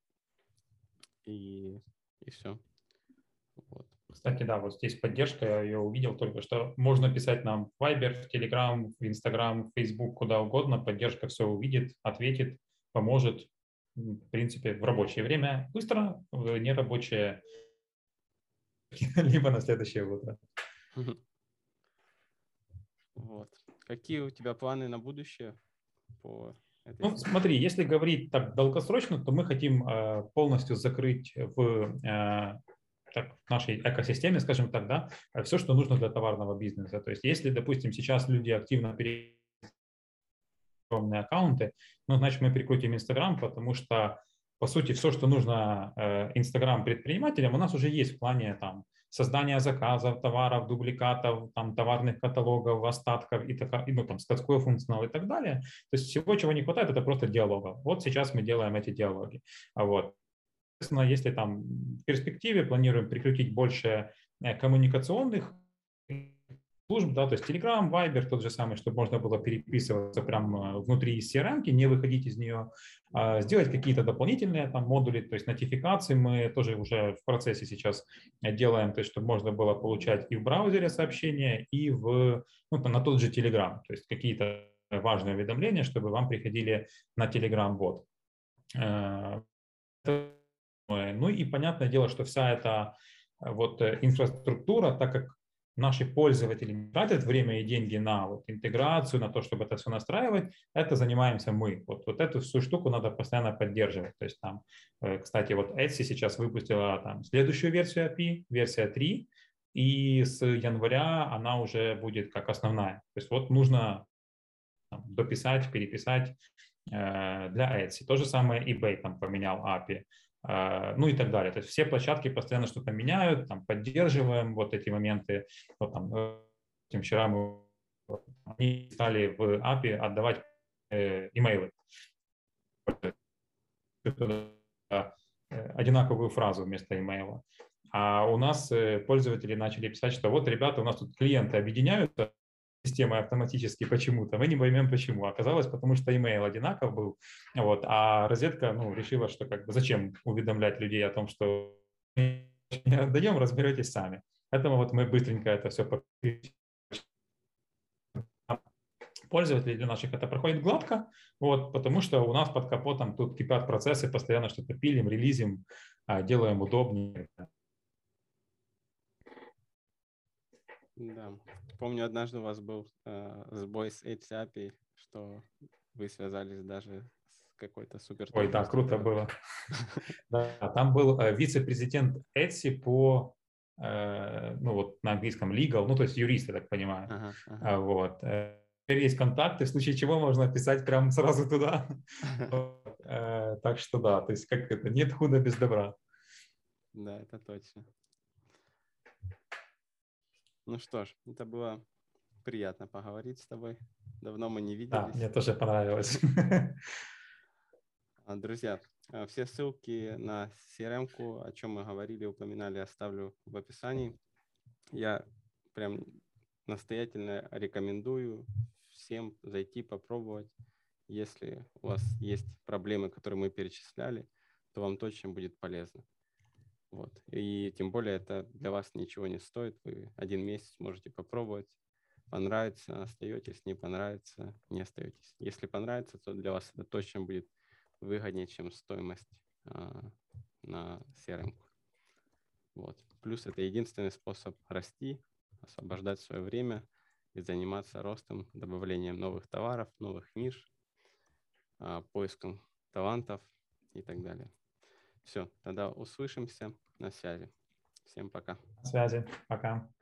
и все. Вот. Кстати, да, вот здесь поддержка, я ее увидел только что. Можно писать нам в Viber, в Telegram, в Instagram, в Facebook, куда угодно. Поддержка все увидит, ответит, поможет. В принципе, в рабочее время быстро, в нерабочее либо на следующее утро. Вот. Какие у тебя планы на будущее по этой Ну, системе? смотри, если говорить так долгосрочно, то мы хотим полностью закрыть в нашей экосистеме, скажем так, да, все, что нужно для товарного бизнеса. То есть если, допустим, сейчас люди активно огромные аккаунты, ну, значит, мы прикрутим Инстаграм, потому что, по сути, все, что нужно Инстаграм предпринимателям, у нас уже есть в плане там создания заказов, товаров, дубликатов, там, товарных каталогов, остатков и ну, там, складской функционал и так далее. То есть всего, чего не хватает, это просто диалогов. Вот сейчас мы делаем эти диалоги. Вот. Соответственно, если там в перспективе планируем прикрутить больше коммуникационных служб, да, то есть Telegram, Viber, тот же самый, чтобы можно было переписываться прямо внутри CRM, не выходить из нее, сделать какие-то дополнительные там модули, то есть нотификации мы тоже уже в процессе сейчас делаем, то есть чтобы можно было получать и в браузере сообщения, и на тот же Telegram, то есть какие-то важные уведомления, чтобы вам приходили на Telegram-бот. Ну и понятное дело, что вся эта вот инфраструктура, так как наши пользователи не тратят время и деньги на вот интеграцию, на то, чтобы это все настраивать, это занимаемся мы. Вот эту всю штуку надо постоянно поддерживать. То есть там, кстати, вот Etsy сейчас выпустила там следующую версию API, версия 3, и с января она уже будет как основная. То есть вот нужно там дописать, переписать для Etsy. То же самое eBay там поменял API. Ну и так далее. То есть все площадки постоянно что-то меняют, там, поддерживаем вот эти моменты. Вот там, вчера мы стали в API отдавать имейлы. Одинаковую фразу вместо имейла. А у нас пользователи начали писать, что вот, ребята, у нас тут клиенты объединяются системой автоматически почему-то, мы не поймем почему. Оказалось, потому что email одинаков был, вот, а розетка решила, что как бы зачем уведомлять людей о том, что не отдаем, разберетесь сами. Поэтому вот мы быстренько это все пользователей для наших это проходит гладко, вот, потому что у нас под капотом тут кипят процессы, постоянно что-то пилим, релизим, делаем удобнее. Да. Помню, однажды у вас был сбой с Etsy API, что вы связались даже с какой-то супер. Ой, да, круто было. Да, там был вице-президент Etsy по, на английском legal, то есть юрист, я так понимаю. Вот. Теперь есть контакты, в случае чего можно писать прямо сразу туда. Так что да, то есть как это, нет худа без добра. Да, это точно. Ну что ж, это было приятно поговорить с тобой. Давно мы не Да, виделись. мне тоже понравилось. Друзья, все ссылки на CRM-ку, о чем мы говорили, упоминали, оставлю в описании. Я прям настоятельно рекомендую всем зайти, попробовать. Если у вас есть проблемы, которые мы перечисляли, то вам точно будет полезно. Вот. И тем более это для вас ничего не стоит. Вы 1 месяц можете попробовать. Понравится, остаетесь, не понравится, не остаетесь. Если понравится, то для вас это точно будет выгоднее, чем стоимость на CRM. Вот. Плюс это единственный способ расти, освобождать свое время и заниматься ростом, добавлением новых товаров, новых ниш, поиском талантов и так далее. Все, тогда услышимся, на связи. Всем пока. На связи. Пока.